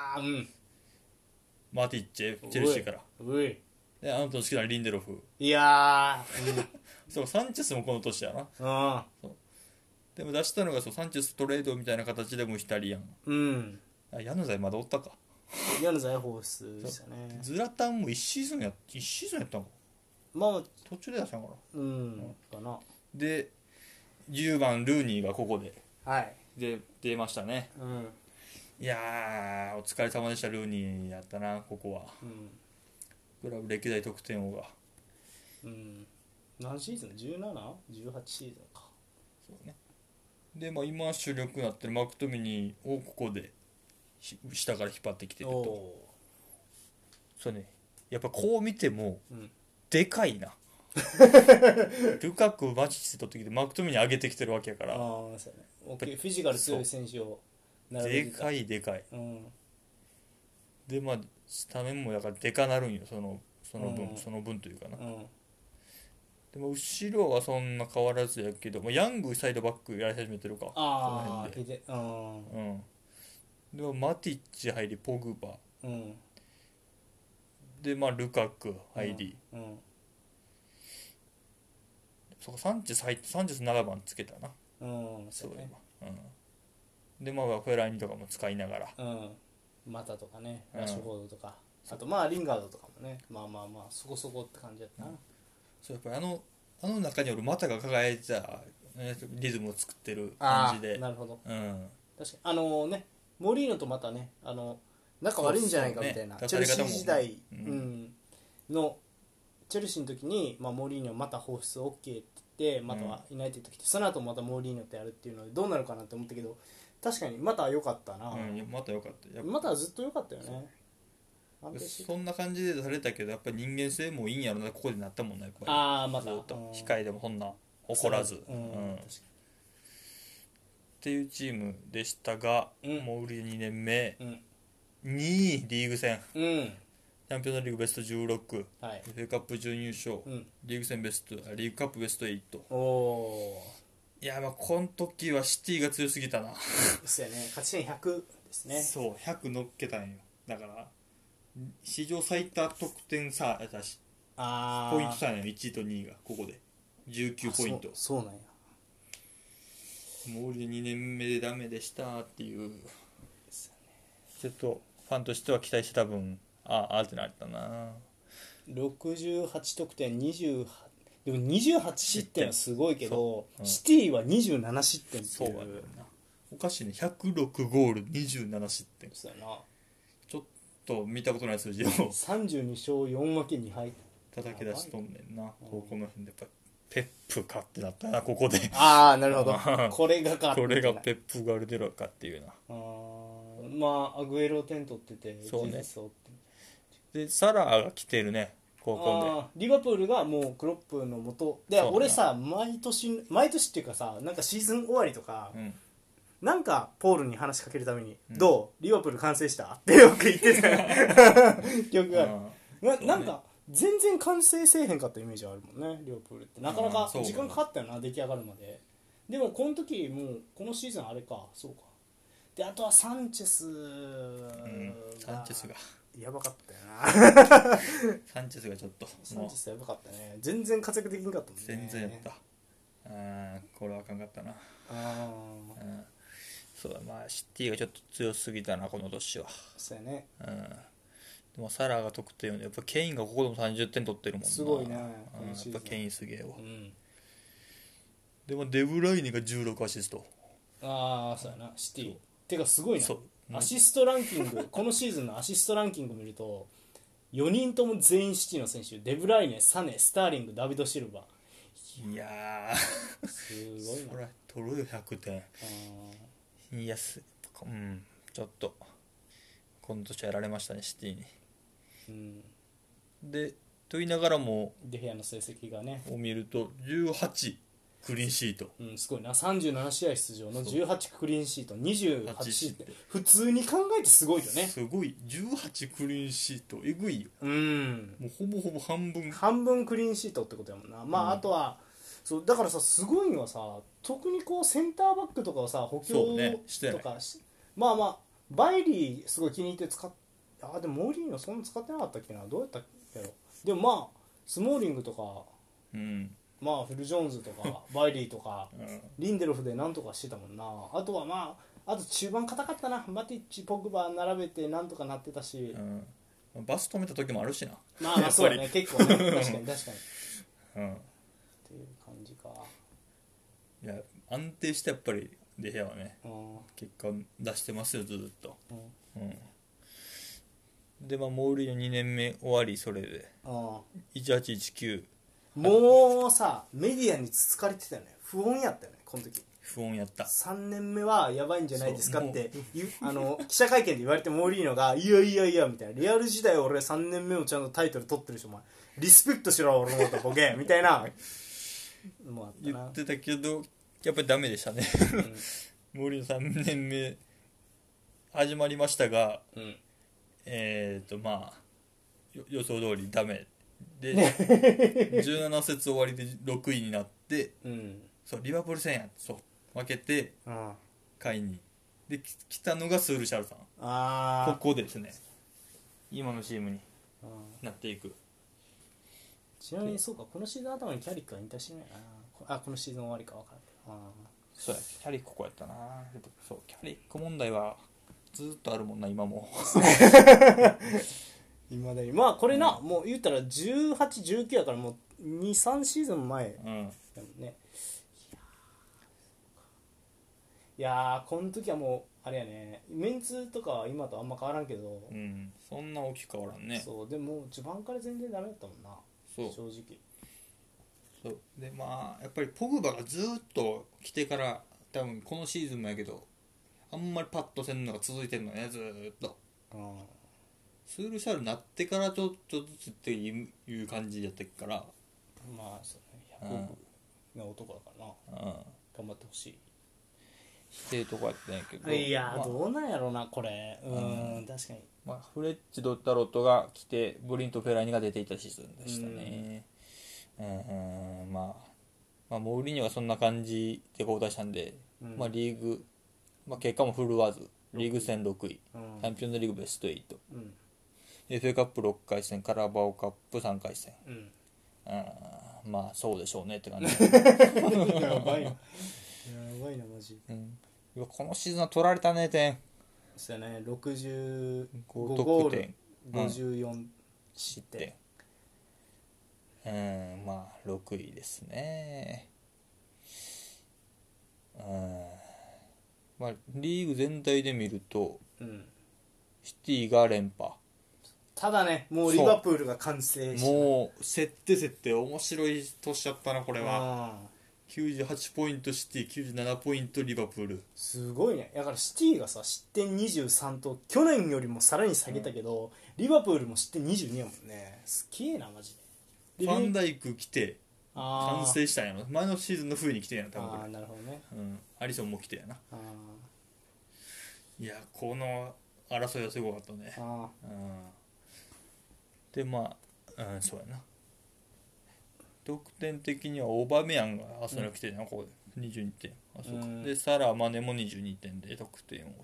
マティッチェチェルシーから、であの年好きなリンデロフ、 いやそうサンチェスもこの年やな。でも出したのがサンチェストレードみたいな形でもヒタリアン。ヤヌザイまだおったか。 ヤヌザイ放出でしたね。 ズラタンも1シーズンやったのか、 まあ途中で出したのかな。 かな。 で10番ルーニーがここで出ましたね。いやーお疲れ様でした、ルーニーやったな、ここは。クラブ歴代得点王が。 何シーズン ?17?18 シーズンか。 そうね。で、今主力になってるマクトミニーをここで下から引っ張ってきてると。そうね、やっぱこう見ても、でかいなルカクマジッチで取ってきてマクトミニー上げてきてるわけやから、 そうね、フィジカル強い選手を並べてた。でかい、でスタメンもだからでかなるんよ、そのその分というかな、でも後ろはそんな変わらずやけど、ヤングサイドバックやり始めてるか、 ああでもマティッチ入りポグバ、でルカク入り、そうかサンチェス入ってサンチェス7番つけたな、そういえば、でフェラーニとかも使いながら、 マタとかねラッシュフォードとか、あとリンガードとかもねそこそこって感じだったな、 そうやっぱりあの中によるマタが輝いてたリズムを作ってる感じで、 なるほど、確かにねモリーノとまたね仲悪いんじゃないかみたいな、チェルシー時代、のチェルシーの時に、モリーノまた放出 OK って言ってまたはユナイテッド来て、その後またモリーノとやるっていうのでどうなるかなって思ったけど、確かにまた良かったな、 また良かった、 またはずっと良かったよね。 そんな感じでされたけど、やっぱり人間性もいいんやろな、ここでなったもんね、やっぱりまたずっと控えでもそんな怒らず、っていうチームでしたが、もう売り2年目、2位リーグ戦、チャンピオンズリーグベスト16、FA カップ準優勝、リーグカップベスト8。いやこの時はシティが強すぎたな。 そうやね、勝ち点100ですね。 そう100乗っけたんよ。だから史上最多得点差やったし、ポイント差やねん、1位と2位がここで19ポイント。 そうなんや。 もう2年目でダメでしたっていう、ちょっとファンとしては期待してた分ってなったな。 68得点28、でも28失点はすごいけど、シティは27失点っていう。 おかしいね、106ゴール27失点。 そうやな、 ちょっと見たことない数字を 32勝4分け2敗叩き出しとんねんな。ここの辺でやっぱペップかってなったな、ここで。 なるほどこれがこれがペップガルデラかっていうな。 アグエロ点取ってて、 そうね。でサラーが来てるね、高校で。リバプールがもうクロップの元で、俺さ毎年っていうかさ、なんかシーズン終わりとか、なんかポールに話しかけるために、どうリバプール完成したってよく言ってた記憶がある。なんか全然完成せえへんかったイメージあるもんね、リバプールって。なかなか時間かかったよな、出来上がるまで。でもこの時もうこのシーズンあれか、そうか。であとはサンチェスがやばかったよなサンチェスがちょっとサンチェスやばかったね。全然活躍できんかったもんね。 全然やった。これはあかんかったな。そうだ、シティがちょっと強すぎたな、この年は。 そうやね。 でもサラーが得点を、やっぱケインがここでも30点取ってるもんな。 すごいね、 やっぱケインすげえわ。でもデブライネが16アシスト。 そうやな、シティてかすごいな。アシストランキングこのシーズンのアシストランキング見ると4人とも全員シティの選手。デブライネ、サネ、スターリング、ダビド・シルバ。 いやすごいな。 それ取るよ100点。いやちょっとこの年はやられましたね、シティに。でと言いながらもデヘアの成績がねを見ると18クリーンシート、 すごいな。37試合出場の18クリーンシート、28失点。普通に考えてすごいよね。 すごい。18クリーンシートえぐいよ。もうほぼほぼ半分クリーンシートってことやもんな。あとはそうだからさ、すごいのはさ、特にこうセンターバックとかをさ補強とか、バイリーすごい気に入って使っでもモーリーノそんな使ってなかったっけな、どうやったっけやろ。でもスモーリングとか、フィル・ジョーンズとかバイリーとか、リンデロフでなんとかしてたもんな。あとはあと中盤硬かったな。マティッチ、ポグバ並べてなんとかなってたし、 バス止めた時もあるしな。 そうだね、結構ね確かにっていう感じか。 いや安定してやっぱりデヘアはね、結果出してますよ、ずっと。でモーリーの2年目終わり、それで1819。 もうさメディアにつつかれてたよね。不穏やったよね、この時。 不穏やった。 3年目はやばいんじゃないですかって記者会見で言われて、モーリーノがいやみたいな、リアル時代俺3年目もちゃんとタイトル取ってるし、お前リスペクトしろ俺のことボケみたいな言ってたけどやっぱりダメでしたね。モーリーノ3年目始まりましたが、予想通りダメで17節終わりで6位になって、そうリバプール戦やそう負けて下位にで来たのがスールシャルさん。ここですね今のチームになっていく。 ちなみにそうか、このシーズン頭にキャリックは引退してないな。このシーズン終わりか分からんけど。 そうやキャリックここやったな。そうキャリック問題はずっとあるもんな今も今だにまあこれな、もう言ったら18、19やからもう2、3シーズン前だもんね。いやーこの時はもうあれやね、メンツとかは今とあんま変わらんけど、 そんな大きく変わらんね。 そうでも序盤から全然ダメだったもんな。正直そうでまあやっぱりポグバがずっと来てから多分このシーズンもやけどあんまりパッとせんのが続いてるのねずっと。スールシャルになってからちょっとずつっていう感じやったからまあそうね、100な男だからな、頑張ってほしいっていうとこやったんやけど、 いや、どうなんやろうなこれ。確かに、 フレッチ・ドッタロットが来てブリント・フェライニが出ていたシーズンでしたね。まあモーリーニョがそんな感じで交代したんで、リーグ、結果も振るわずリーグ戦6位、チャンピオンズリーグベスト8、FA カップ6回戦、カラバオカップ3回戦、まあそうでしょうねって感じやばいなやばいなマジ、 このシーズンは取られたね点。 そうやね、65ゴール54失点、 まあ6位ですね。リーグ全体で見ると、シティが連覇。 ただね、もうリバプールが完成した。 もう競って面白い年だったなこれは。98ポイントシティ、97ポイントリバプール。 すごいね。だからシティがさ失点23と去年よりもさらに下げたけど、リバプールも失点22やもんね。すげえなマジで。 ファンダイク来て完成したんやろ。前のシーズンの冬に来てんやろ多分。 なるほどね。 アリソンも来てやな。いやこの争いはすごかったね。でそうやな。得点的にはオーバーメヤンがアーセナル来てるな、ここで22点。そうか。でサラ・マネも22点で得点をと、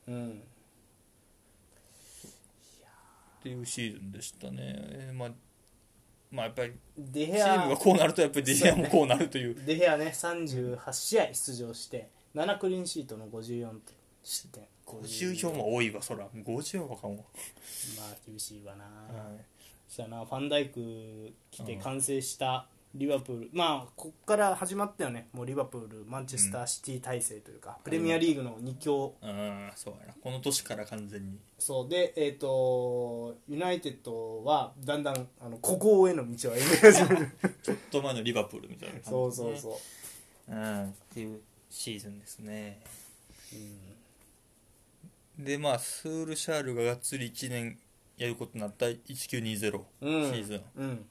っていうシーズンでしたね。やっぱりチームがこうなるとやっぱりデヘアもこうなるという。 デヘアね38試合出場して7クリーンシートの54点失点。 50票も多いわそら。50はかんわ。 厳しいわな。そうやな、ファンダイク来て完成したリバプール、こっから始まったよね。もうリバプールマンチェスターシティ体制というか、プレミアリーグの2強。 そうやな、この年から完全にそうで、ユナイテッドはだんだん孤高への道を歩み始めるちょっと前のリバプールみたいな感じ、 そうっていうシーズンですね。でスールシャールががっつり1年やることになった1920シーズン、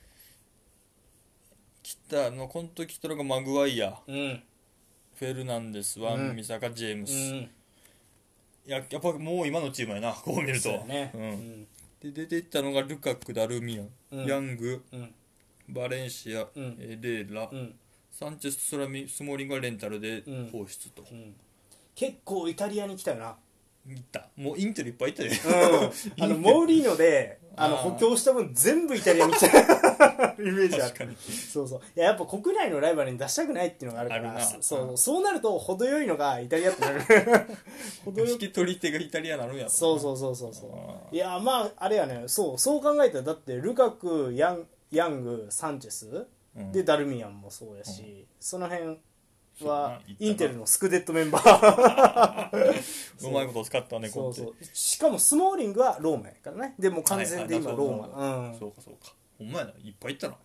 来たのこの時来たのがマグワイア、フェルナンデス、ワンミサカ、ジェームス、やっぱもう今のチームやなこう見ると。で出ていったのがルカク、ダルミアン、ヤング、バレンシア、エレーラ、サンチェス、スモーリングがレンタルで放出と、 結構イタリアに来たよな。 行った。もうインテルいっぱい行ったで、モーリーノで補強した分全部イタリアに来たイメージある。やっぱ国内のライバルに出したくないっていうのがあるから、そうなると程よいのがイタリアってなる引き取り手がイタリアなるやろ。 いやあれやね、そう考えたらだってルカク、ヤング、サンチェス、でダルミアンもそうやし、その辺はインテルのスクデットメンバーうまいこと使ったね。 しかもスモーリングはローマやからね。でも完全で今ローマ。 そうかほんまやな、いっぱいいったな。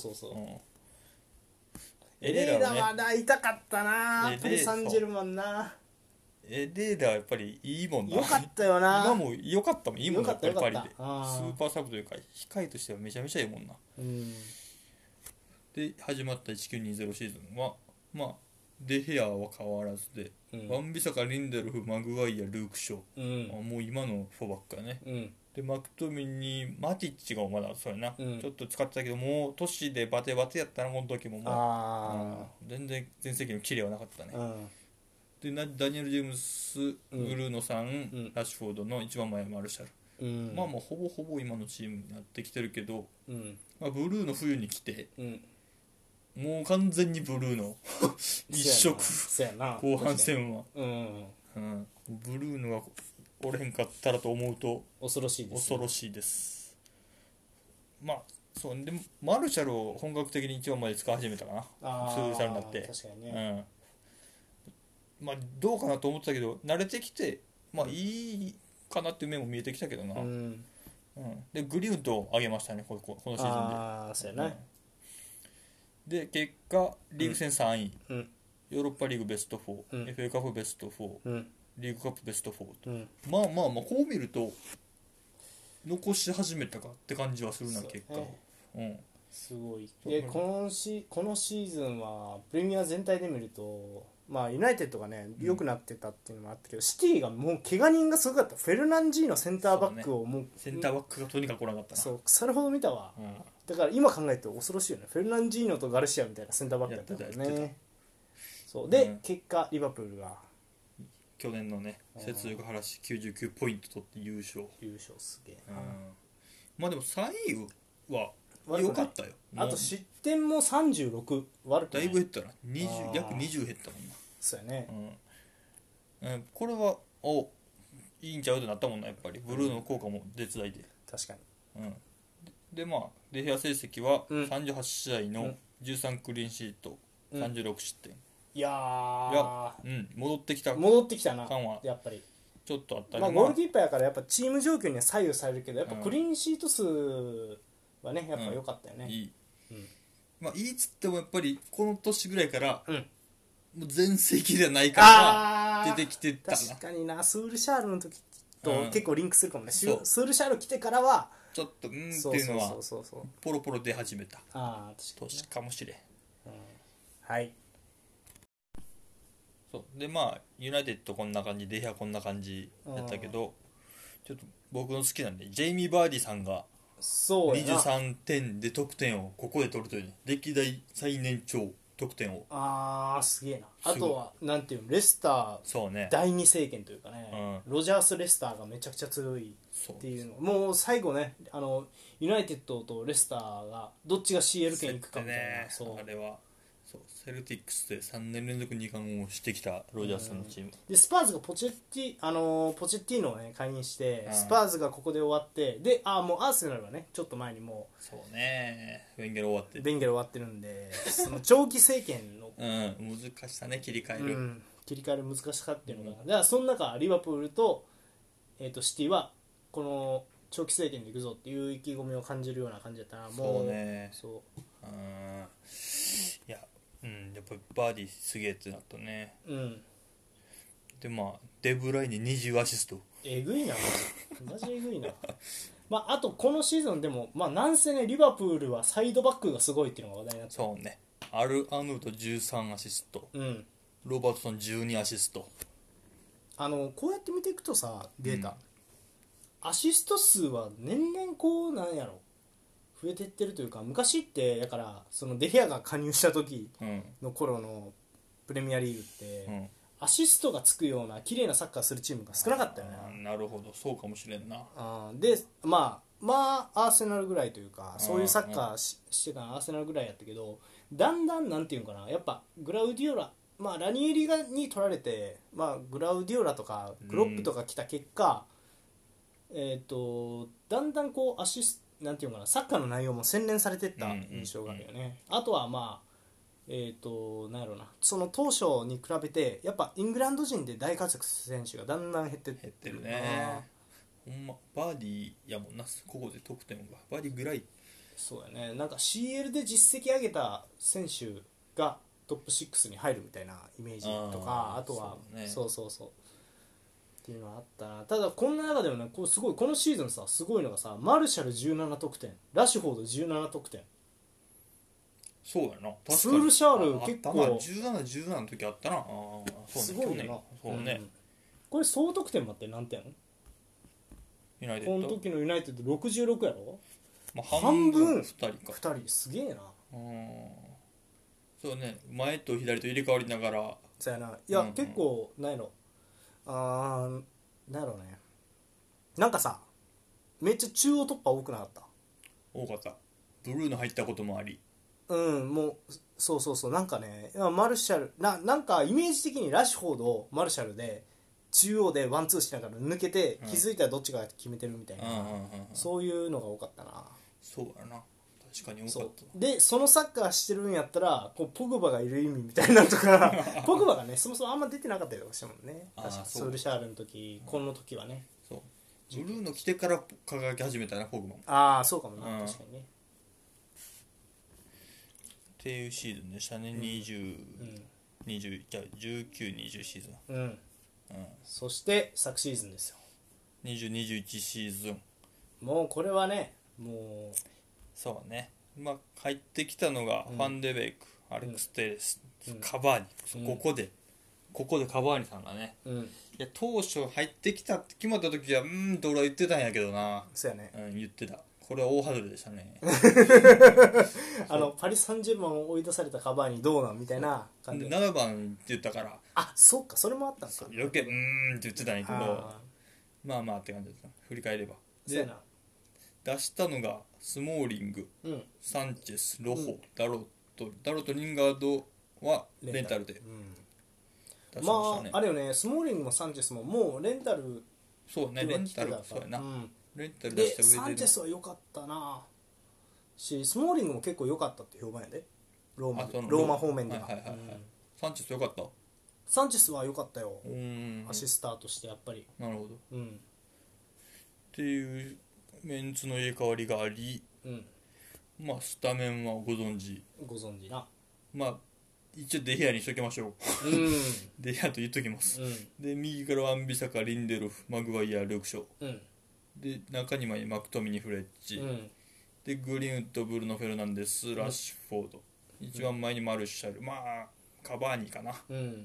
エレーラはな痛かったな、パリ・サンジェルマンな。 エレーラはやっぱりいいもんな。 よかったよな。 今もよかったもん、いいもんな。やっぱりパリでスーパーサブというか控えとしてはめちゃめちゃいいもんな。で始まった1920シーズンはデヘアは変わらずで、ワンビサカ、リンデルフ、マグワイア、ルーク・ショー、もう今のフォーバックやね、 でマクトミニマティッチがまだそうやな、 うんちょっと使ってたけどもう年でバテバテやったなこの時ももう、全然全盛期のキレはなかったね、でダニエル・ジェームス、ブルーノさん、ラッシュフォードの一番前マルシャル、まあもうほぼほぼ今のチームになってきてるけど、まあ、ブルーの冬に来て、もう完全にブルーの一色後半戦は、ブルーのがおれへんかったらと思うと恐ろしいです、 恐ろしいです。まあそうでマルシャルを本格的に一番まで使い始めたかな、数歳になって。 確かにね、 まあどうかなと思ってたけど慣れてきてまあいいかなっていう面も見えてきたけどな、でグリュートを上げましたねこのシーズンで。 そうやね、 で結果リーグ戦3位、ヨーロッパリーグベスト4、FA カップベスト4、リーグカップベスト4と、まあこう見ると残し始めたかって感じはするな、結果、 すごい。でこのシーズンはプレミア全体で見ると、まあ、ユナイテッドがね良くなってたっていうのもあったけど、シティがもう怪我人がすごかった。フェルナンジーノセンターバックをもうセンターバックがとにかく来なかったな。 そう腐るほど見たわ、だから今考えると恐ろしいよね。フェルナンジーノとガルシアみたいなセンターバックだったからね。そうで、結果リバプールが去年のね雪辱晴らし99ポイント取って優勝すげえな、 まあでも3位は良かったよ。 あと失点も36悪くない。 だいぶ減ったな、約20減ったもんな。 そうやね、 これはいいんちゃうとなったもんな。やっぱりブルーの効果も手伝いで、 確かに、でまあデヘア成績は38試合の13クリーンシート、36失点。 いや戻ってきたな感はやっぱりちょっとあったり、 ゴールキーパーやからやっぱチーム状況には左右されるけど、やっぱクリーンシート数はねやっぱ良かったよね、 いいっつってもやっぱりこの年ぐらいから、もう全盛期ではないから出てきてたな。 確かにな、スールシャールの時と結構リンクするかもね、スールシャール来てからはちょっとっていうのはポロポロ出始めた年かもしれん。 はい。 そうでまあユナイテッドこんな感じ、デヘアこんな感じやったけど、ちょっと僕の好きなんでジェイミー・バーディさんが23点で得点をここで取るというね、歴代最年長得点を。 すげえな。あとはなんていうの、レスター第二政権というかね、ロジャース・レスターがめちゃくちゃ強いっていうの、もう最後ねユナイテッドとレスターがどっちが CL 権行くかみたいな、 あれはセルティックスで3年連続2冠をしてきたロジャースのチーム、 でスパーズがポチェッティーノをね解任して、スパーズがここで終わって、でもうアーセナルはねちょっと前にもうそうねベンゲル終わってるんでその長期政権の難しさね、切り替える難しさっていうのが、だからその中リバプールと、シティはこの長期政権でいくぞっていう意気込みを感じるような感じだったな。もういややっぱりバーディーすげえってなったね。でデブライネ20アシスト、 えぐいなマジえぐいなあとこのシーズンでもなんせねリバプールはサイドバックがすごいっていうのが話題になって、 そうね、アルアヌート13アシスト、ロバートソン12アシスト。 こうやって見ていくとさデータ、アシスト数は年々こうなんやろ増えてってるというか、昔ってだからそのデヘアが加入した時の頃のプレミアリーグって、アシストがつくような綺麗なサッカーするチームが少なかったよね。 なるほど、そうかもしれんな。 でアーセナルぐらいというか、そういうサッカーしてたアーセナルぐらいやったけど、だんだんなんていうかな、やっぱグラウディオララニエリに取られて、グラウディオラとかクロップとか来た結果、だんだんこうアシストなんていうかな、サッカーの内容も洗練されていった印象があるよね。あとはなんやろうな、その当初に比べてやっぱイングランド人で大活躍する選手がだんだん減ってるね。ほんまバーディーやもんな、ここで得点がバーディーぐらい。 そうやね、なんか CL で実績上げた選手がトップ6に入るみたいなイメージとか、あとはそうっていうのはあったな。ただこんな中でもね、すごいこのシーズンさ、すごいのがさ、マルシャル17得点、ラッシュフォード17得点。 そうやな、確かにスールシャール結構 17の時あったな。 すごいな。 そうね、 これ総得点もあって何点？ ユナイテッドこの時のユナイテッド66やろ、 まあ、半分2人か 2人すげえな。 そうね、前と左と入れ替わりながら。 そうやな。いや、結構なんやろ、なんやろね、なんかさ、めっちゃ中央突破多くなかった？ 多かった。ブルーの入ったこともあり、 もうそうそうそう、なんかね、マルシャルなんかイメージ的にラッシュフォードマルシャルで中央でワンツーしながら抜けて、気づいたらどっちが決めてるみたいな、そういうのが多かったな。 そうやな、確かに多かった。 でそのサッカーしてるんやったらこうポグバがいる意味みたいなとかポグバがねそもそもあんま出てなかったりとかしたもんね。確かソルシャールの時、この時はね。 そうブルーの来てから輝き始めたな、ポグバも。 ああそうかもな、確かにね。 っていうシーズンでしたね。20、20じゃあ19、20シーズン。 そして昨シーズンですよ。 20、21シーズン。 もうこれはね、もうそうね。まあ入ってきたのがファンデベイク、アレックス・テレス、カバーニ、ここでカバーニさんがね。いや当初入ってきたって決まった時はって俺は言ってたんやけどな。 そうやね。 言ってた。これは大外れでしたね。 パリ・サンジェルマンを追い出されたカバーニどうなんみたいな感じで 7番って言ったから、 そっか、それもあったんか。 余計って言ってたんやけど、まあまあって感じだった。振り返ればで出したのがスモーリング、サンチェス、ロホ、ダロとリンガードはレンタルで出しましたね。 あれよね、スモーリングもサンチェスももうレンタル。 そうね、レンタルそうやな、レンタル出した上でサンチェスは良かったなし、スモーリングも結構良かったって評判やで、ローマ方面では。 サンチェス良かった。 サンチェスは良かったよ、アシスターとしてやっぱり。 なるほど、っていうメンツの入れ替わりがあり、まあスタメンはご存知な。 まあ一応デヘアにしときましょう。デヘアと言っときます、で右からワンビサカ、リンデルフ、マグワイア、ルークショー、で中にマクトミニ、フレッチ、でグリーンウッド、ブルノ・フェルナンデス、ラッシュフォード、一番前にマルシャル、まあカバーニかな、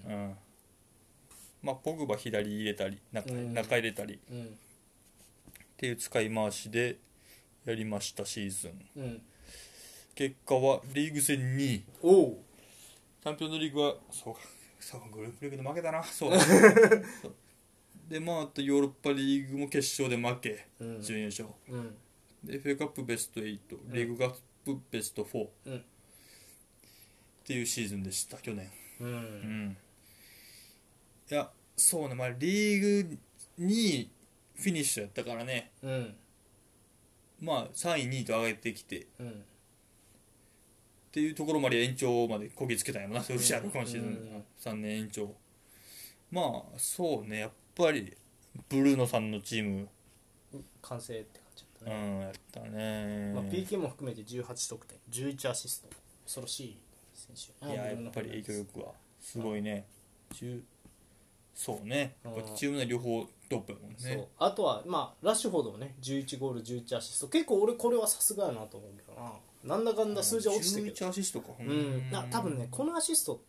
まあポグバ左入れたり中入れたり、っていう使い回しでやりましたシーズン、結果はリーグ戦2位、チャンピオンズリーグはそうグループリーグで負けたな。そうでまああとヨーロッパリーグも決勝で負け、準優勝、でFAカップベスト8、リーグカップベスト4、っていうシーズンでした去年。いやそうね、まあリーグ2位フィニッシュやったからね、まあ3位2位と上げてきて、っていうところまで延長までこぎつけたんやろな、ソルシャール今シーズン、3年延長。まあそうね、やっぱりブルーノさんのチーム完成って感じだったね。 やったね、 PK も含めて18得点11アシスト、恐ろしい選手。 いややっぱり影響力はすごいね。そうね、やっぱチームの両方トップやもんね。 あとはラッシュフォードもね11ゴール11アシスト、結構俺これはさすがやなと思うけどな。なんだかんだ数字は落ちてるけど、 11アシストか、 多分ねこのアシストって、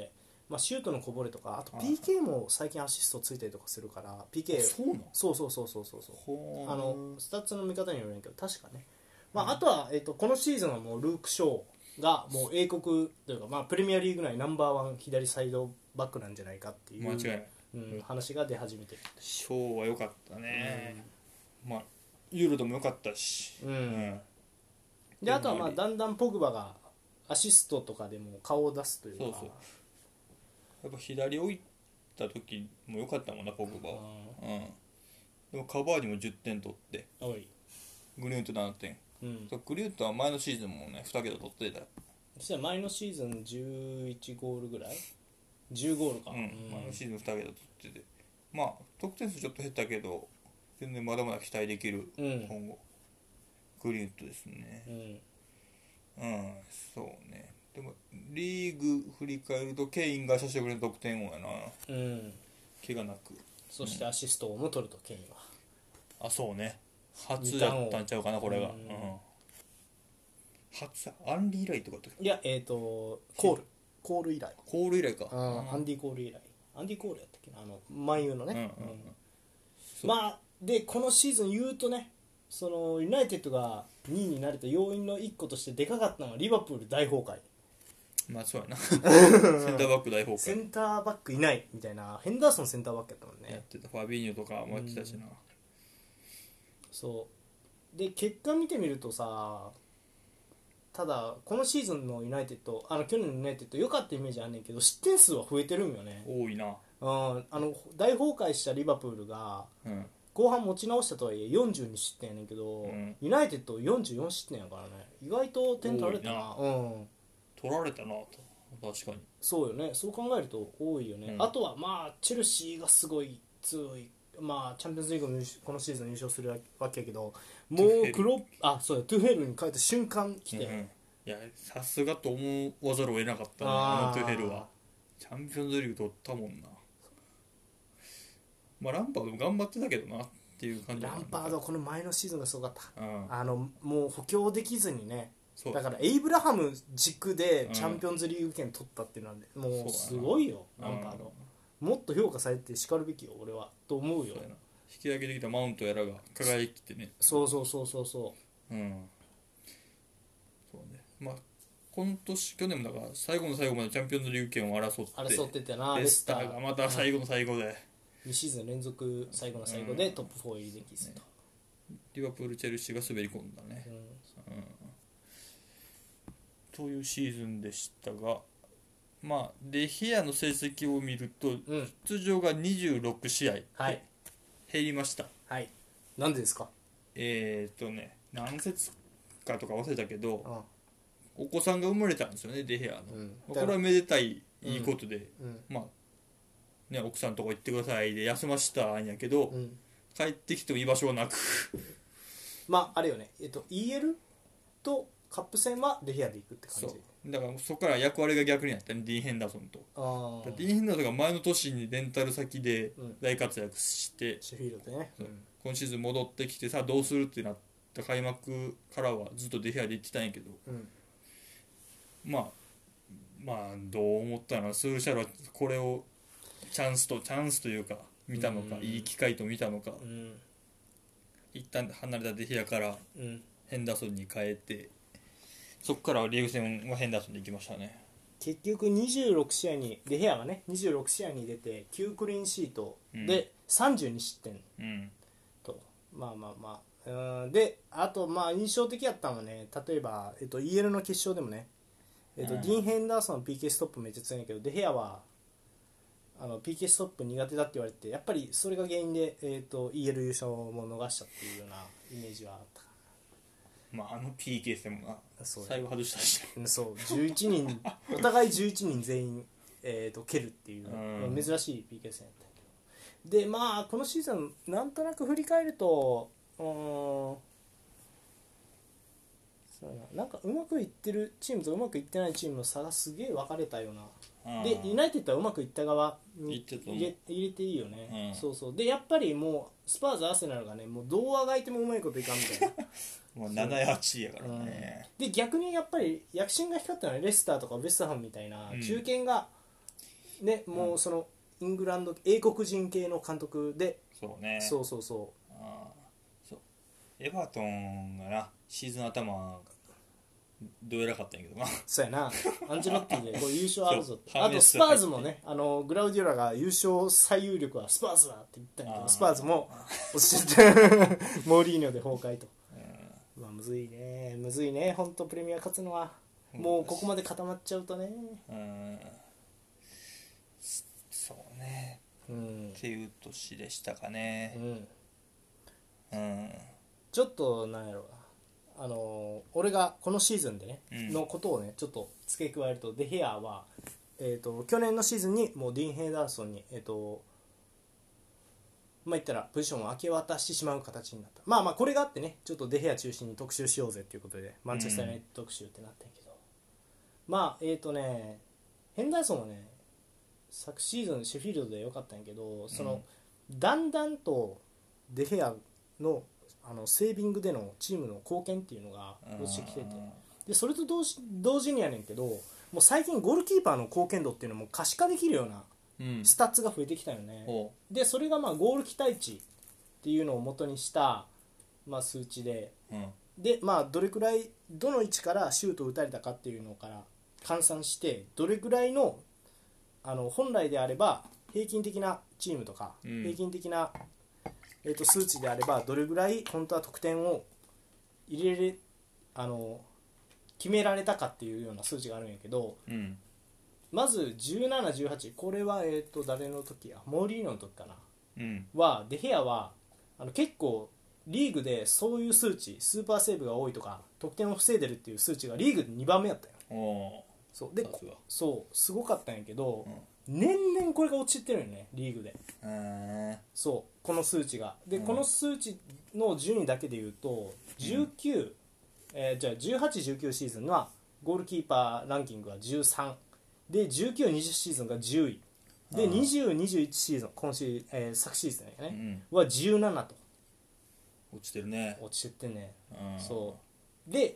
シュートのこぼれとか、あと PK も最近アシストついたりとかするから、 PK そうスタッツの見方によるんやけど確かね、あとは、このシーズンはもうルーク・ショーがもう英国というか、プレミアリーグ内ナンバーワン左サイドバックなんじゃないかっていう間違いない、 話が出始めてる。 ショーは良かったね、ユーロでも良かったし、 であとはだんだんポグバがアシストとかでも顔を出すというか、 やっぱ左置いた時も良かったもんなポグバは、でもカバーにも10点取ってグリュート7点、グリュートは前のシーズンもね2桁取ってた。 そしたら前のシーズン11ゴールぐらい10ゴールか、 前のシーズン2桁取ってて、得点数ちょっと減ったけど全然まだまだ期待できる、今後グリュートですね。そうね。でもリーグ振り返るとケインが久しぶりの得点王やな、怪我なく。 そしてアシストも取るとケインは、 そうね、初やったんちゃうかなこれが、初アンリ以来とかって、 いやコール以来か、 アンディ・コール以来、アンディ・コールやったっけな、マンユーのね、 でこのシーズン言うとね、そのユナイテッドが2位になれた要因の1個としてでかかったのはリバプール大崩壊。 まあそうやなセンターバック大崩壊、 センターバックいないみたいな。ヘンダーソンセンターバックやったもんね。 やってた。ファビーニョとかもやってたしな、 そうで結果見てみるとさ、ただこのシーズンのユナイテッド、去年のユナイテッド良かったイメージあんねんけど、失点数は増えてるんよね。 多いな。 大崩壊したリバプールが、後半持ち直したとはいえ42失点やねんけど、ユナイテッド44失点やからね、意外と点取られたな。 取られたなと。確かにそうよね。そう考えると多いよね、あとはまあチェルシーがすごい強い。まあチャンピオンズリーグもこのシーズン優勝するわけやけど、もうそうや、トゥフェルに帰った瞬間来て、 いやさすがと思わざるを得なかったね、トゥフェルは。チャンピオンズリーグ取ったもんな。まあランパードも頑張ってたけどなっていう感じ。 ランパードはこの前のシーズンがすごかった、もう補強できずにね、だからエイブラハム軸でチャンピオンズリーグ権取ったっていうのは、もうすごいよ。ランパードもっと評価されてしかるべきよ俺はと思うよ。 引き上げてきたマウントやらが輝きてね。 そうそうね。まあ今年去年もだから最後の最後までチャンピオンズリーグ権を争ってたな。 レスターがまた最後の最後で、 2シーズン連続最後の最後でトップ4入りできずと、 リバプールチェルシーが滑り込んだね、というシーズンでしたが、まあデヒアの成績を見ると、出場が26試合、減りました。 なんでですか。 何節かとか忘れたけど、お子さんが生まれたんですよね、デヒアの、これはめでたいいいことで、まあね、奥さんのとこ行ってくださいで休ましたんやけど、帰ってきても居場所がなくまああれよね、EL とカップ戦はデヒアで行くって感じ。 そうだからそこから役割が逆になったね、ディーン・ヘンダーソンと。ディーン・ヘンダーソンが前の年にレンタル先で大活躍して、 シェフィールドでね、 今シーズン戻ってきてさあどうするってなった開幕からはずっとデヒアで行ってたんやけど、まあどう思ったのはスールシャルはこれをチャンスというか見たのか、いい機会と見たのか、一旦離れたデヒアからヘンダーソンに変えて、そこからリーグ戦はヘンダーソンで行きましたね。 結局26試合にデヘアがね26試合に出て9クリーンシートで32失点と、であとまあ印象的やったのはね、例えば、EL の決勝でもね、ディーン・ヘンダーソンの PK ストップめっちゃ強いんやけど、デヘアはPK ストップ苦手だって言われて、やっぱりそれが原因で、EL 優勝も逃したっていうようなイメージはあったかな。PK 戦もな最後外したし、 そう11人お互い11人全員、蹴るっていう、珍しい PK 戦やったけど、でまあこのシーズンなんとなく振り返ると、なんかうまくいってるチームとうまくいってないチームの差がすげえ分かれたような。でユナイテッドはうまくいった側に入れていいよね、でやっぱりもうスパーズアーセナルがね、もうどうあがいてもうまいこといかんみたいなもう7や8やからね、 で逆にやっぱり躍進が光ったのはレスターとかウェストハムみたいな中堅が、ね、もうそのイングランド英国人系の監督で、 そうね、 そうエバートンがなシーズン頭どうやらかったんやけどな。 そうやな、アンチェロッティでこう優勝あるぞってあとスパーズもね、グラウディオラが優勝最有力はスパーズだって言ったんやけど、スパーズも落ちてモーリーニョで崩壊と、むずいね本当プレミア勝つのは、もうここまで固まっちゃうとね、 そうね、っていう年でしたかね。 ちょっとなんやろうな、俺がこのシーズンでね、のことをねちょっと付け加えると、デヘアは、去年のシーズンにもうディーン・ヘイダーソンに言ったらポジションを明け渡してしまう形になった。これがあってね、ちょっとデヘア中心に特集しようぜっていうことでマンチェスター・ユナイテッド特集ってなったんやけど、ヘンダーソンはね昨シーズンシェフィールドで良かったんやけど、だんだんとデヘアのセービングでのチームの貢献っていうのが落ちてきてて、でそれと同時にやねんけど、もう最近ゴールキーパーの貢献度っていうのも可視化できるようなスタッツが増えてきたよね、でそれがゴール期待値っていうのを元にした、まあ、数値で、 うん、 で、まあ、どれくらいどの位置からシュートを打たれたかっていうのから換算してどれくらいの、本来であれば平均的なチームとか、平均的な、数値であればどれぐらい本当は得点を入れれ決められたかっていうような数値があるんやけど、まず17、18、これは誰の時や、モーリーノの時かな、はデヘアは結構リーグでそういう数値、スーパーセーブが多いとか得点を防いでるっていう数値がリーグで2番目やったよ。そうで、そうすごかったんやけど、年々これが落ちてるよね、リーグで。そうこの数値がで、この数値の順位だけでいうと19、じゃあ18、19シーズンはゴールキーパーランキングは13で、19、20シーズンが10位で、20、21シーズン昨シーズンやね、は17と落ちてるね。 落ちてってね、そうで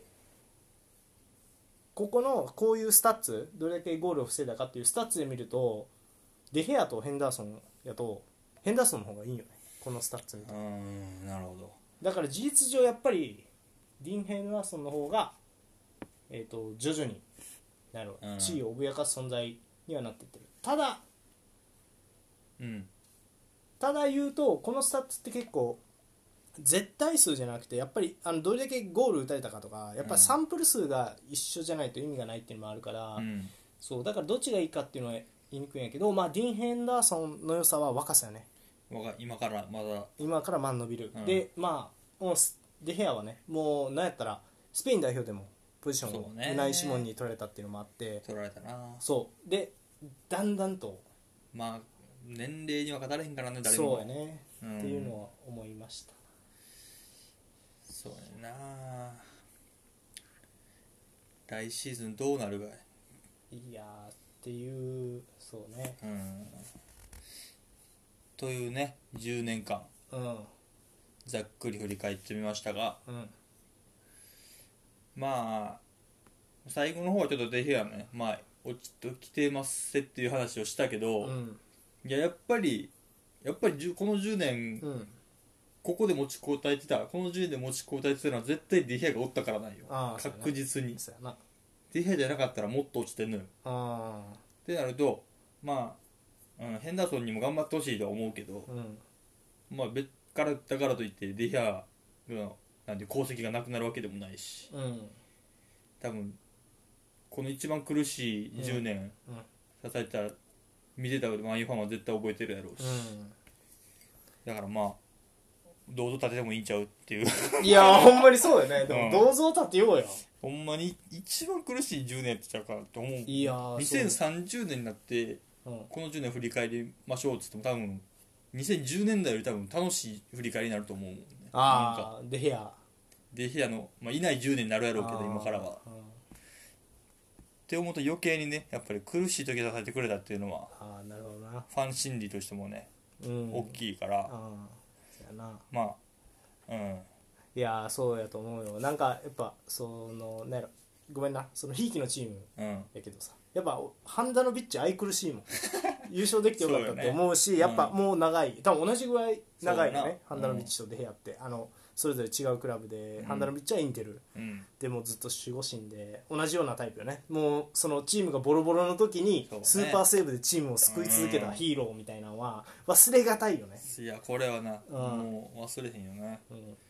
こういうスタッツ、どれだけゴールを防いだかっていうスタッツで見るとデヘアとヘンダーソンやとヘンダーソンの方がいいよね、このスタッツ見ると。 なるほど。 だから事実上やっぱりディン・ヘンダーソンの方が、徐々に地位を脅かす存在にはなっていってる。ただ言うとこのスタッツって結構絶対数じゃなくて、やっぱりどれだけゴール打たれたかとか、やっぱりサンプル数が一緒じゃないと意味がないっていうのもあるから、そうだからどっちがいいかっていうのは言いにくいんやけど、まあ、ディン・ヘンダーソンの良さは若さよね。 今から伸びる、でまあもうデヘアはね、もうなんやったらスペイン代表でもポジションをウナイ・シモンに取られたっていうのもあって、 取られたな。 そうでだんだんと、 まあ年齢には語れへんからね、誰も。そうやね、っていうのは思いました。 そうやな。来シーズンどうなるかいやっていう、そうね、 というね、10年間、ざっくり振り返ってみましたが、まあ最後の方はちょっとデヘアね、まあ落ちときてますせっていう話をしたけど、いややっぱりこの10年、ここで持ちこたえてた、この10年で持ちこたえてたのは絶対デヘアがおったからなんよ。確実にデヘアじゃなかったらもっと落ちてんのよ。ってなると、まあ、ヘンダーソンにも頑張ってほしいとは思うけど、まあだからといってデヘアがなんて功績がなくなるわけでもないし、多分この一番苦しい10年支えた見てたマンユーファンは絶対覚えてるやろうし、だからまあ銅像立ててもいいんちゃうっていういやほんまにそうよね。でも銅像立てようよ、 ほんまに一番苦しい10年ってちゃうかなと思う。 いや 2030年になって、この10年振り返りましょうって言っても多分2010年代より多分楽しい振り返りになると思うもんね。 デヘアの、まあ、いない10年になるやろうけど今からは、って思うと余計にね、やっぱり苦しい時支えてくれたっていうのはなるほどな、 ファン心理としてもね、大きいから、まあいやそうやと思うよ。なんかやっぱなんやろ、ごめんな、そのひいきのチームやけどさ、やっぱハンダノビッチ愛くるしいもん優勝できてよかったって思うし、やっぱもう長い、多分同じぐらい長いよね、ハンダノビッチとデヘアって。それぞれ違うクラブで、ハンダノビッチはインテル、でもずっと守護神で同じようなタイプよね。もうそのチームがボロボロの時にスーパーセーブでチームを救い続けたヒーローみたいなのは忘れがたいよね。 いやこれはな、もう忘れへんよね、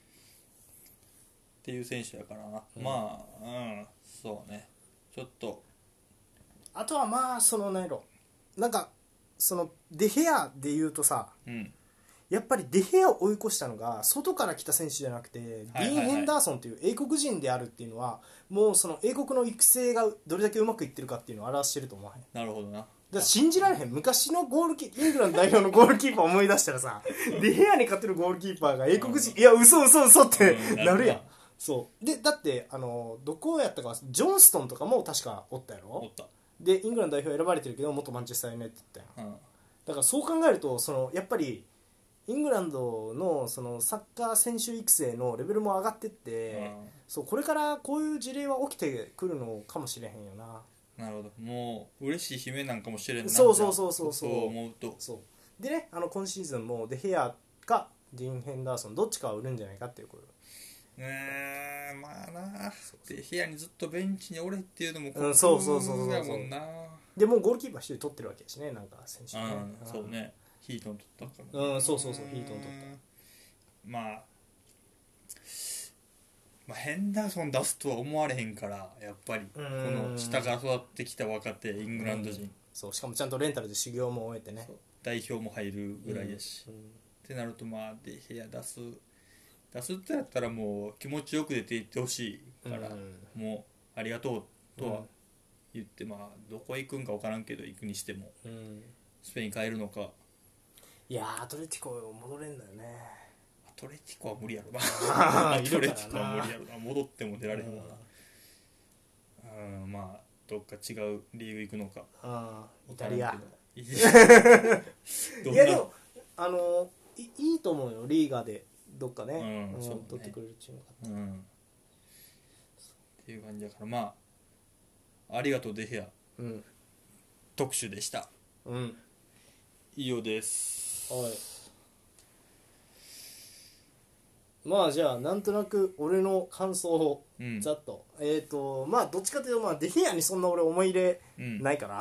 っていう選手やからな、まあそうね、ちょっとあとはまあなんやろ、なんかデヘアで言うとさ、やっぱりデヘアを追い越したのが外から来た選手じゃなくて、ディーン・ヘンダーソンという英国人であるっていうのは、もうその英国の育成がどれだけうまくいってるかっていうのを表してると思わへん。 なるほどな。 だ信じられへん。昔のイングランド代表のゴールキーパー思い出したらさデヘアに勝てるゴールキーパーが英国人、いや嘘ってなるやん。そうで、だってどこやったか、ジョンストンとかも確かおったやろ。 おった。 でイングランド代表選ばれてるけど元マンチェスターユナイテッドやん、だからそう考えるとやっぱりイングランドのサッカー選手育成のレベルも上がってって、これからこういう事例は起きてくるのかもしれへんよな。 なるほど、もう嬉しい悲鳴なんかもしれんな。 そう思うと。 でね、今シーズンもデヘアがディーン・ヘンダーソンどっちかは売るんじゃないかっていう声。 まあな、で部屋にずっとベンチにおれっていうのもそうやもんな。 でもうゴールキーパー一人取ってるわけだしね、なんか選手ね。 そうね、ヒートン取ったから。そうヒートン取った。 まあヘンダーソン出すとは思われへんから、やっぱりこの下から育ってきた若手イングランド人、 そうしかもちゃんとレンタルで修行も終えてね、 代表も入るぐらいやし、ってなるとまあデヘア出すってなったらもう気持ちよく出ていってほしいから、もうありがとうとは言って、まあどこへ行くんか分からんけど行くにしても、スペイン帰るのか。 いやアトレティコ戻れんだよね。 アトレティコは無理やろなアトレティコは無理やろな、戻っても出られへんもんな。まあどっか違うリーグ行くのか、 イタリアいやでもいいと思うよ、リーガでどっかね、取ってくれるチームがあった、 っていう感じだから、まあありがとうデヘア、特集でした。以上です。 はい。まあじゃあなんとなく俺の感想をざっと、まあどっちかというと、まあデヘアにそんな俺思い入れないから、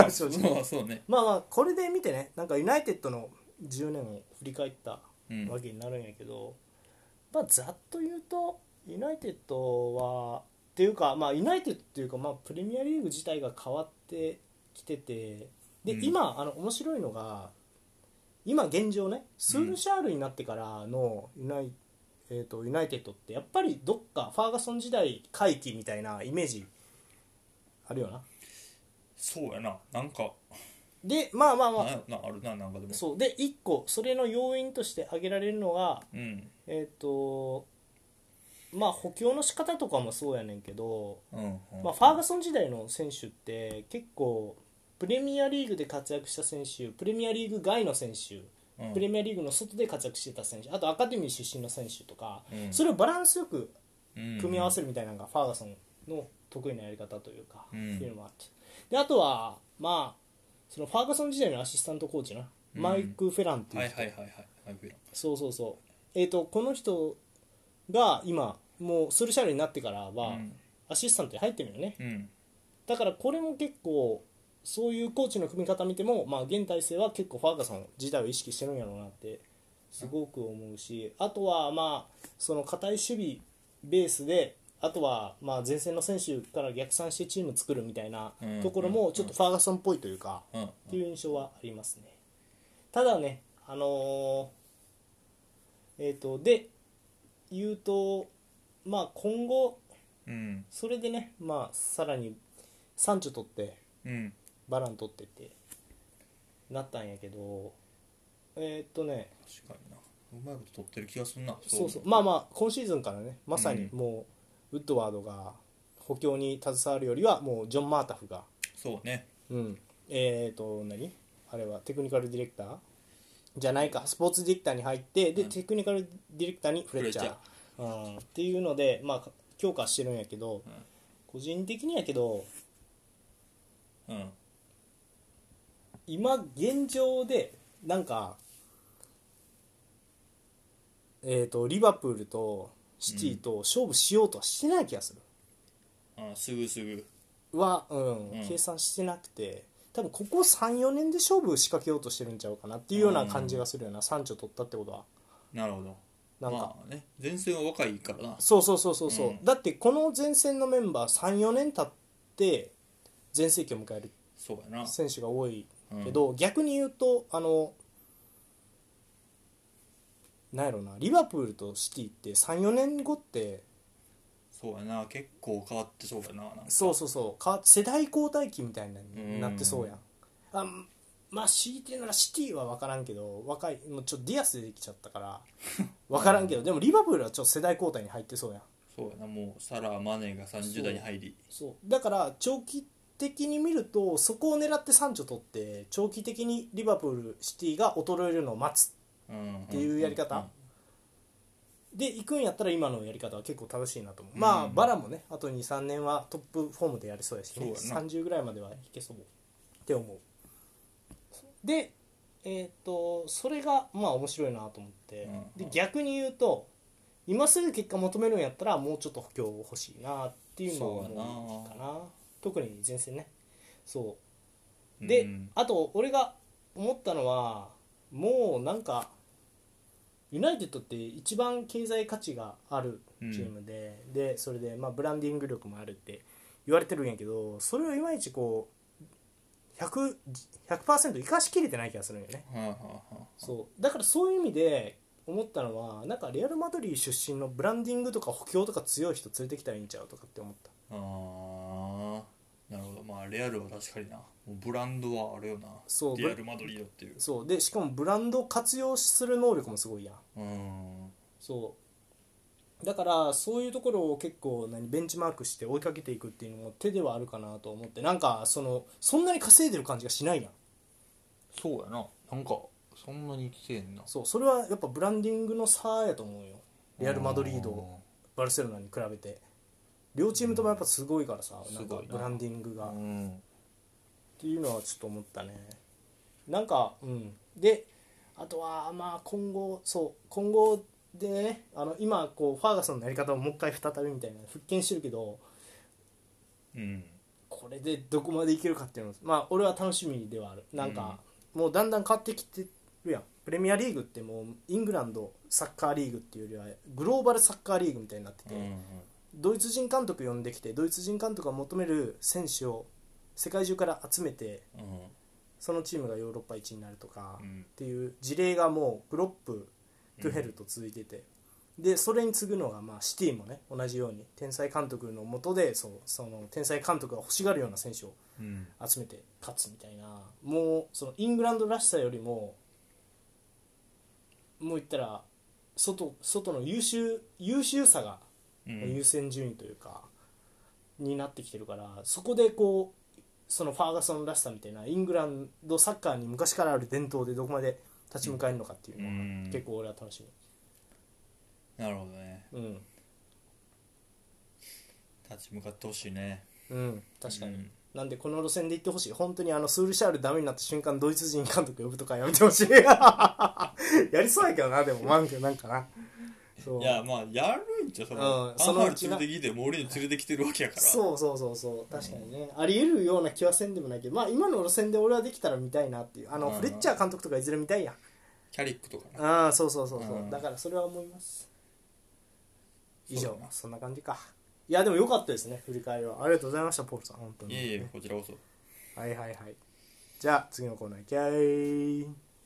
正直。 そうね。 まあこれで見てね、なんかユナイテッドの10年を振り返ったわけになるんやけど、まあざっと言うとユナイテッドはっていうか、まあユナイテッドっていうか、まあプレミアリーグ自体が変わってきてて、で今面白いのが、今現状ね、スールシャールになってからのユナイテッドってやっぱりどっかファーガソン時代回帰みたいなイメージあるよな。 そうやな、なんかであるな、なんかでもそうで、一個それの要因として挙げられるのが、まあ補強の仕方とかもそうやねんけど、まあ、ファーガソン時代の選手って結構プレミアリーグで活躍した選手、プレミアリーグ外の選手、プレミアリーグの外で活躍してた選手、あとアカデミー出身の選手とか、それをバランスよく組み合わせるみたいなのがファーガソンの得意なやり方というか、っていうのもあって、であとはまあそのファーガソン時代のアシスタントコーチな、マイク・フェランっていう人、この人が今もうソルシャールになってからはアシスタントに入ってるよね、だからこれも結構そういうコーチの組み方見ても、まあ、現体制は結構ファーガソン自体を意識してるんやろうなってすごく思うし、あとはまあその堅い守備ベースで、あとはまあ前線の選手から逆算してチーム作るみたいなところもちょっとファーガソンっぽいというか、っていう印象はありますね。ただね、で言うと、まあ今後それでね、まあさらにサンチョ取ってバラン取ってってなったんやけど、 確かにな、うまいこと取ってる気がするな。 そうまあ今シーズンからね、まさにもうウッドワードが補強に携わるよりはもうジョン・マータフが、 そうね、 何あれはテクニカルディレクターじゃないか、スポーツディレクターに入って、でテクニカルディレクターにフレッチャー、っていうのでまあ強化してるんやけど、個人的にやけど、今現状でなんかリバプールとシティと勝負しようとはしてない気がする、 すぐは、計算してなくて、多分ここ 3,4 年で勝負仕掛けようとしてるんちゃうかなっていうような感じがするよな、サンチョ取ったってことは。 なるほど。 なんか、 まあね、前線は若いからな。 そう、だってこの前線のメンバー 3,4 年経って全盛期を迎える選手が多いけど、逆に言うとなんやろな、リバプールとシティって 3,4 年後ってそうやな、結構変わってそうやな。 そう世代交代期みたいになってそうやん。まあ強いて言うならシティは分からんけど、若いもうちょっとディアス出てきちゃったから分からんけど、でもリバプールはちょっと世代交代に入ってそうやん。 そうやな、もうサラーマネーが30代に入り、 そうだから長期的に見るとそこを狙ってサンチョ取って、長期的にリバプールシティが衰えるのを待つっていうやり方で行くんやったら今のやり方は結構正しいなと思う、まあバラもねあと 2,3 年はトップフォームでやりそうやし、ね、30ぐらいまではいけそうって思う。でそれがまあ面白いなと思って、 うん、 で逆に言うと今すぐ結果求めるんやったらもうちょっと補強欲しいなっていうのは思うかな。特に前線ね。そうで、あと俺が思ったのはもうなんかユナイテッドって一番経済価値があるチームで、でそれでまあブランディング力もあるって言われてるんやけど、それをいまいちこう 100% 生かしきれてない気がするんよね。そうだからそういう意味で思ったのは、なんかレアル・マドリー出身のブランディングとか補強とか強い人連れてきたらいいんちゃうとかって思った。 なるほど。まあレアルは確かにな、もうブランドはあるよな。 そうレアル・マドリードっていう。 そうでしかもブランドを活用する能力もすごいやん。そうだからそういうところを結構ベンチマークして追いかけていくっていうのも手ではあるかなと思って、なんかそんなに稼いでる感じがしないやん。 そうやな、なんかそんなに来てんな。 そう、それはやっぱブランディングの差やと思うよ。レアル・マドリードバルセロナに比べて両チームともやっぱすごいからさ、なんかブランディングが、っていうのはちょっと思ったね。なんかであとはまあ今後でね、今こうファーガソンのやり方をもう一回再びみたいな復権してるけど、これでどこまでいけるかっていうのはまあ俺は楽しみではある。なんかもうだんだん変わってきてるやん。プレミアリーグってもうイングランドサッカーリーグっていうよりはグローバルサッカーリーグみたいになってて、ドイツ人監督呼んできてドイツ人監督が求める選手を世界中から集めて、そのチームがヨーロッパ一になるとかっていう事例がもうクロップ、トゥヘルと続いてて、でそれに次ぐのがまあシティもね同じように天才監督の下でその天才監督が欲しがるような選手を集めて勝つみたいな、もうそのイングランドらしさよりも言ったら外の優秀さが優先順位というか、になってきてるから、そこでこうそのファーガソンらしさみたいなイングランドサッカーに昔からある伝統でどこまで立ち向かえるのかっていうのは結構俺は楽しみ。なるほどね。立ち向かってほしいね。 確かに。なんでこの路線で行ってほしい。本当にスールシャールダメになった瞬間ドイツ人監督呼ぶとかやめてほしい。やりそうやけどな、でもなんかな。 いやまあやるんちゃそのファンハール連れてきてモーリーニョ連れてきてるわけやから。 そう確かにね、ありえるような気はせんでもないけど、まあ今の路線で俺はできたら見たいなっていう、フレッチャー監督とかいずれ見たいやん。 キャリックとかな。 そうだからそれは思います。以上そんな感じか。いやでも良かったですね、振り返りは。ありがとうございましたポールさん、本当に。 いえこちらこそ。 はいじゃあ次のコーナーいきゃい。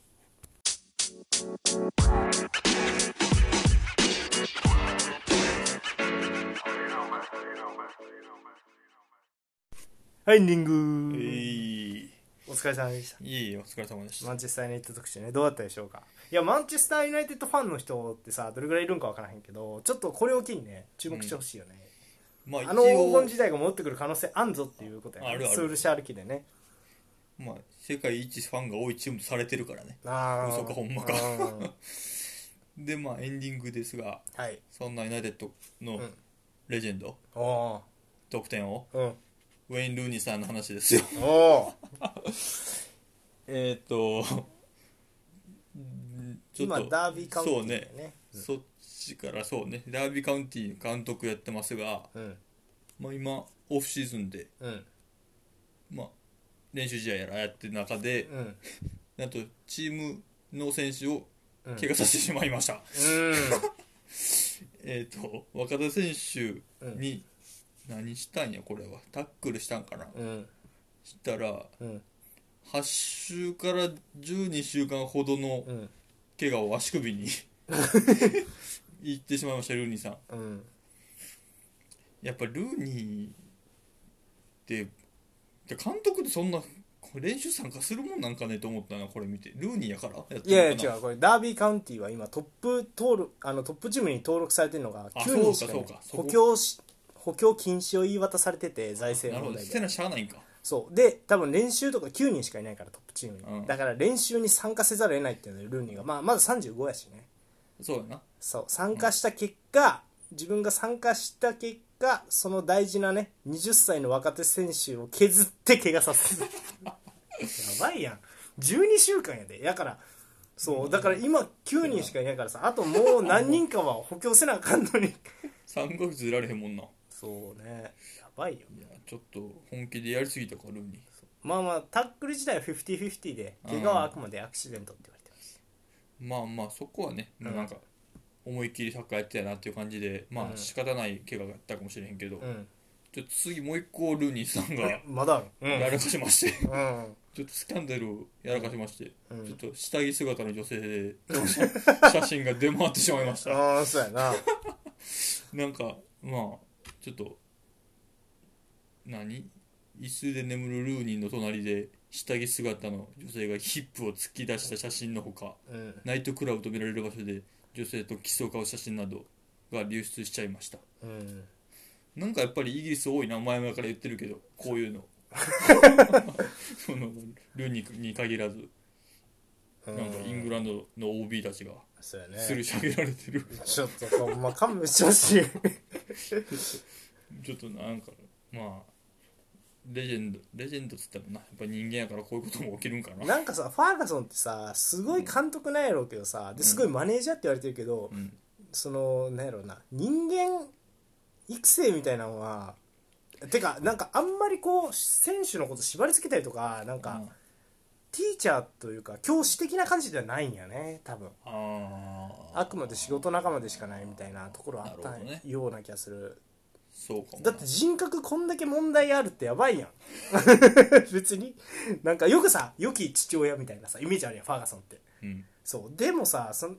はい、エンディング。お疲れ様でした。 いえお疲れ様でした。 マンチェスターユナイテッド特集ね、どうだったでしょうか。いやマンチェスターユナイテッドファンの人ってさどれぐらいいるんか分からへんけど、ちょっとこれを機にね注目してほしいよね。まあ、黄金時代が戻ってくる可能性あんぞっていうことやね。あるスールシャール期でね。 まあ世界一ファンが多いチームとされてるからね。嘘かほんまか。でまあエンディングですが、そんなユナイテッドのレジェンド、得点を、ウェイン・ルーニーさんの話ですよ。 今ダービーカウンティーだよね。 そっちからそうね、ダービーカウンティー監督やってますが、まあ、今オフシーズンで、まあ、練習試合やってる中で、なんとチームの選手を怪我させてしまいました。若田選手に何したんや、これはタックルしたんかな、したら、8週から12週間ほどの怪我を足首に言ってしまいました、ルーニーさん。やっぱルーニーって監督ってそんな練習参加するもんなんかねと思ったな、これ見て。ルーニーやからやってるのかな。 いや違う、これダービーカウンティーは今トップチームに登録されてるのが9人しかいない。補強禁止を言い渡されてて、財政問題で。 なるほど、なしゃあないんか。 そうで多分練習とか9人しかいないからトップチームに、だから練習に参加せざるを得ないっていうのでルーニーが、まず35やしね。 そうやな。 そう参加した結果、自分が参加した結果その大事なね20歳の若手選手を削って怪我させるやばいやん。 12週間やで。やからそうだから今9人しかいないからさ、あともう何人かは補強せなあかんのに 3ヶ月いられへんもんな。 そうね、やばいよ。 いやちょっと本気でやりすぎたかルーニー。 まあまあタックル自体は 50-50 で、怪我はあくまでアクシデントって言われてます。 まあまあそこはね、もうなんか思いっきりサッカーやってたなっていう感じで、まあ仕方ない怪我があったかもしれへんけど、ちょっと次もう一個ルーニーさんがまだやらかしまして、ちょっとスキャンダルをやらかしまして、ちょっと下着姿の女性で写真が出回ってしまいました。 ああそうやななんかまあちょっと椅子で眠るルーニーの隣で下着姿の女性がヒップを突き出した写真のほか、ナイトクラブと見られる場所で女性とキスを交う写真などが流出しちゃいました。なんかやっぱりイギリス多いな、前々から言ってるけどこういうのそのルーニーに限らずなんかイングランドの OB たちが吊るし上げられてる、 ちょっとまあ勘弁してほしいちょっとなんかまあレジェンドっつってもな、やっぱ人間やからこういうことも起きるんかな。 なんかさファーガソンってさすごい監督なんやろうけどさ、ですごいマネージャーって言われてるけど、そのなんやろうな、人間育成みたいなのはてかなんかあんまりこう選手のこと縛り付けたりとかなんか、ティーチャーというか教師的な感じではないんやね多分。あくまで仕事仲間でしかないみたいなところあったような気がする。 そうかも。 だって人格こんだけ問題あるってやばいやん別になんかよくさ良き父親みたいなさイメージあるやんファーガソンって、そうでもさフ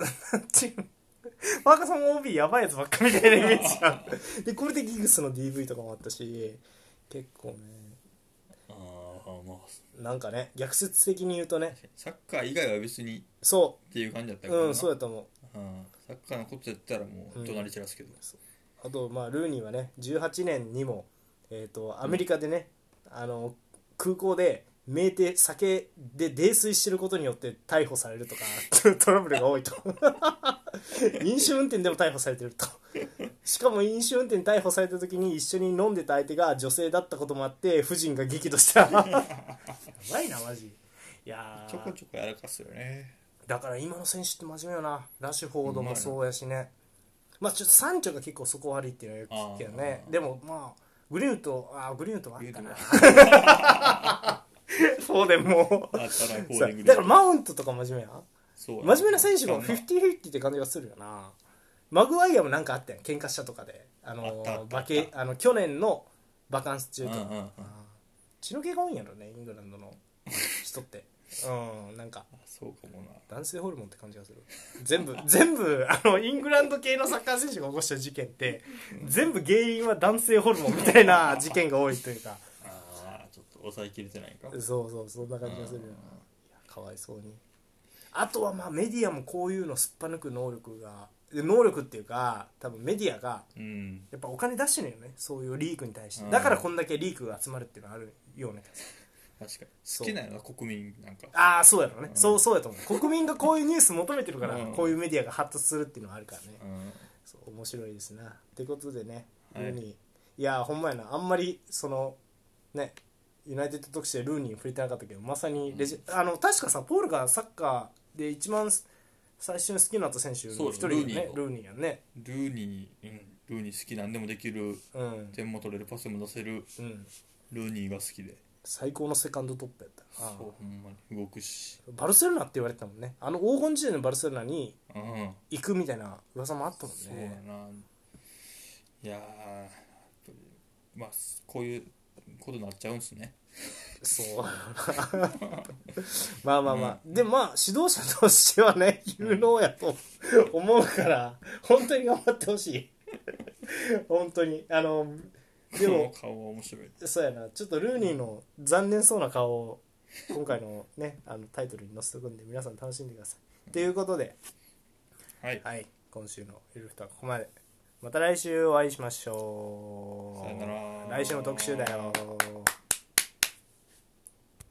ァーガソン OB やばいやつばっかみたいなイメージあるでこれでギグスの DV とかもあったし結構ね、まあ、なんかね逆説的に言うとねサッカー以外は別にそうっていう感じだったからな。 そうやと思う。 サッカーのことやったらもう怒鳴り散らすけど、 あとまあルーニーはね18年にも、アメリカでね、空港で酩酊酒で泥酔してることによって逮捕されるとかトラブルが多いと飲酒運転でも逮捕されてるとしかも飲酒運転逮捕された時に一緒に飲んでた相手が女性だったこともあって夫人が激怒したやばいなマジ。いやちょこちょこやらかすよね。 だから今の選手って真面目よな。ラッシュフォードもそうやしね、まあちょっとサンチョが結構そこ悪いっていうのはよく聞くけどね。でもまあグリーンウッドはあったなフォーデンもあったなフォーデンだからマウントとか真面目やん。真面目な選手が 50-50 って感じがするよな。マグワイアもなんかあったやん喧嘩したとかで去年のバカンス中と血の気が多いんやろねイングランドの人ってなんかそうかもな、 男性ホルモンって感じがする。全部イングランド系のサッカー選手が起こした事件って全部原因は男性ホルモンみたいな事件が多いというかちょっと抑えきれてないか。 そうそんな感じがするよ。いやかわいそうに。あとはまあメディアもこういうのすっぱ抜く能力っていうか多分メディアがやっぱお金出してるよねそういうリークに対して。だからこんだけリークが集まるっていうのはあるような気がする。 確かに好きなのは国民なんかそうやろね、そうやと思う。国民がこういうニュース求めてるからこういうメディアが発達するっていうのはあるからね、そう面白いですな。ってことでね、ルーニーいやほんまやな、あんまりそのねユナイテッド特集でルーニー触れてなかったけどまさに確かさポールがサッカーで一番最初に好きになった選手の一人よねルーニーやね。 ルーニー好きなんでもできる、点も取れるパスも出せる、ルーニーが好きで最高のセカンドトップやった。 そうほんまに動くしバルセロナって言われてたもんね。黄金時代のバルセロナに行くみたいな噂もあったもんね。 そうやな。いやまあこういうことになっちゃうんですね。 そうまあ、でもまあ指導者としてはね有能やと思うから本当に頑張ってほしい本当にでも顔は面白い。 そうやな、ちょっとルーニーの残念そうな顔を今回のねタイトルに載せておくんで皆さん楽しんでくださいということではい、今週のゆるふたはここまで。また来週お会いしましょう。 さよなら。 来週の特集だよ。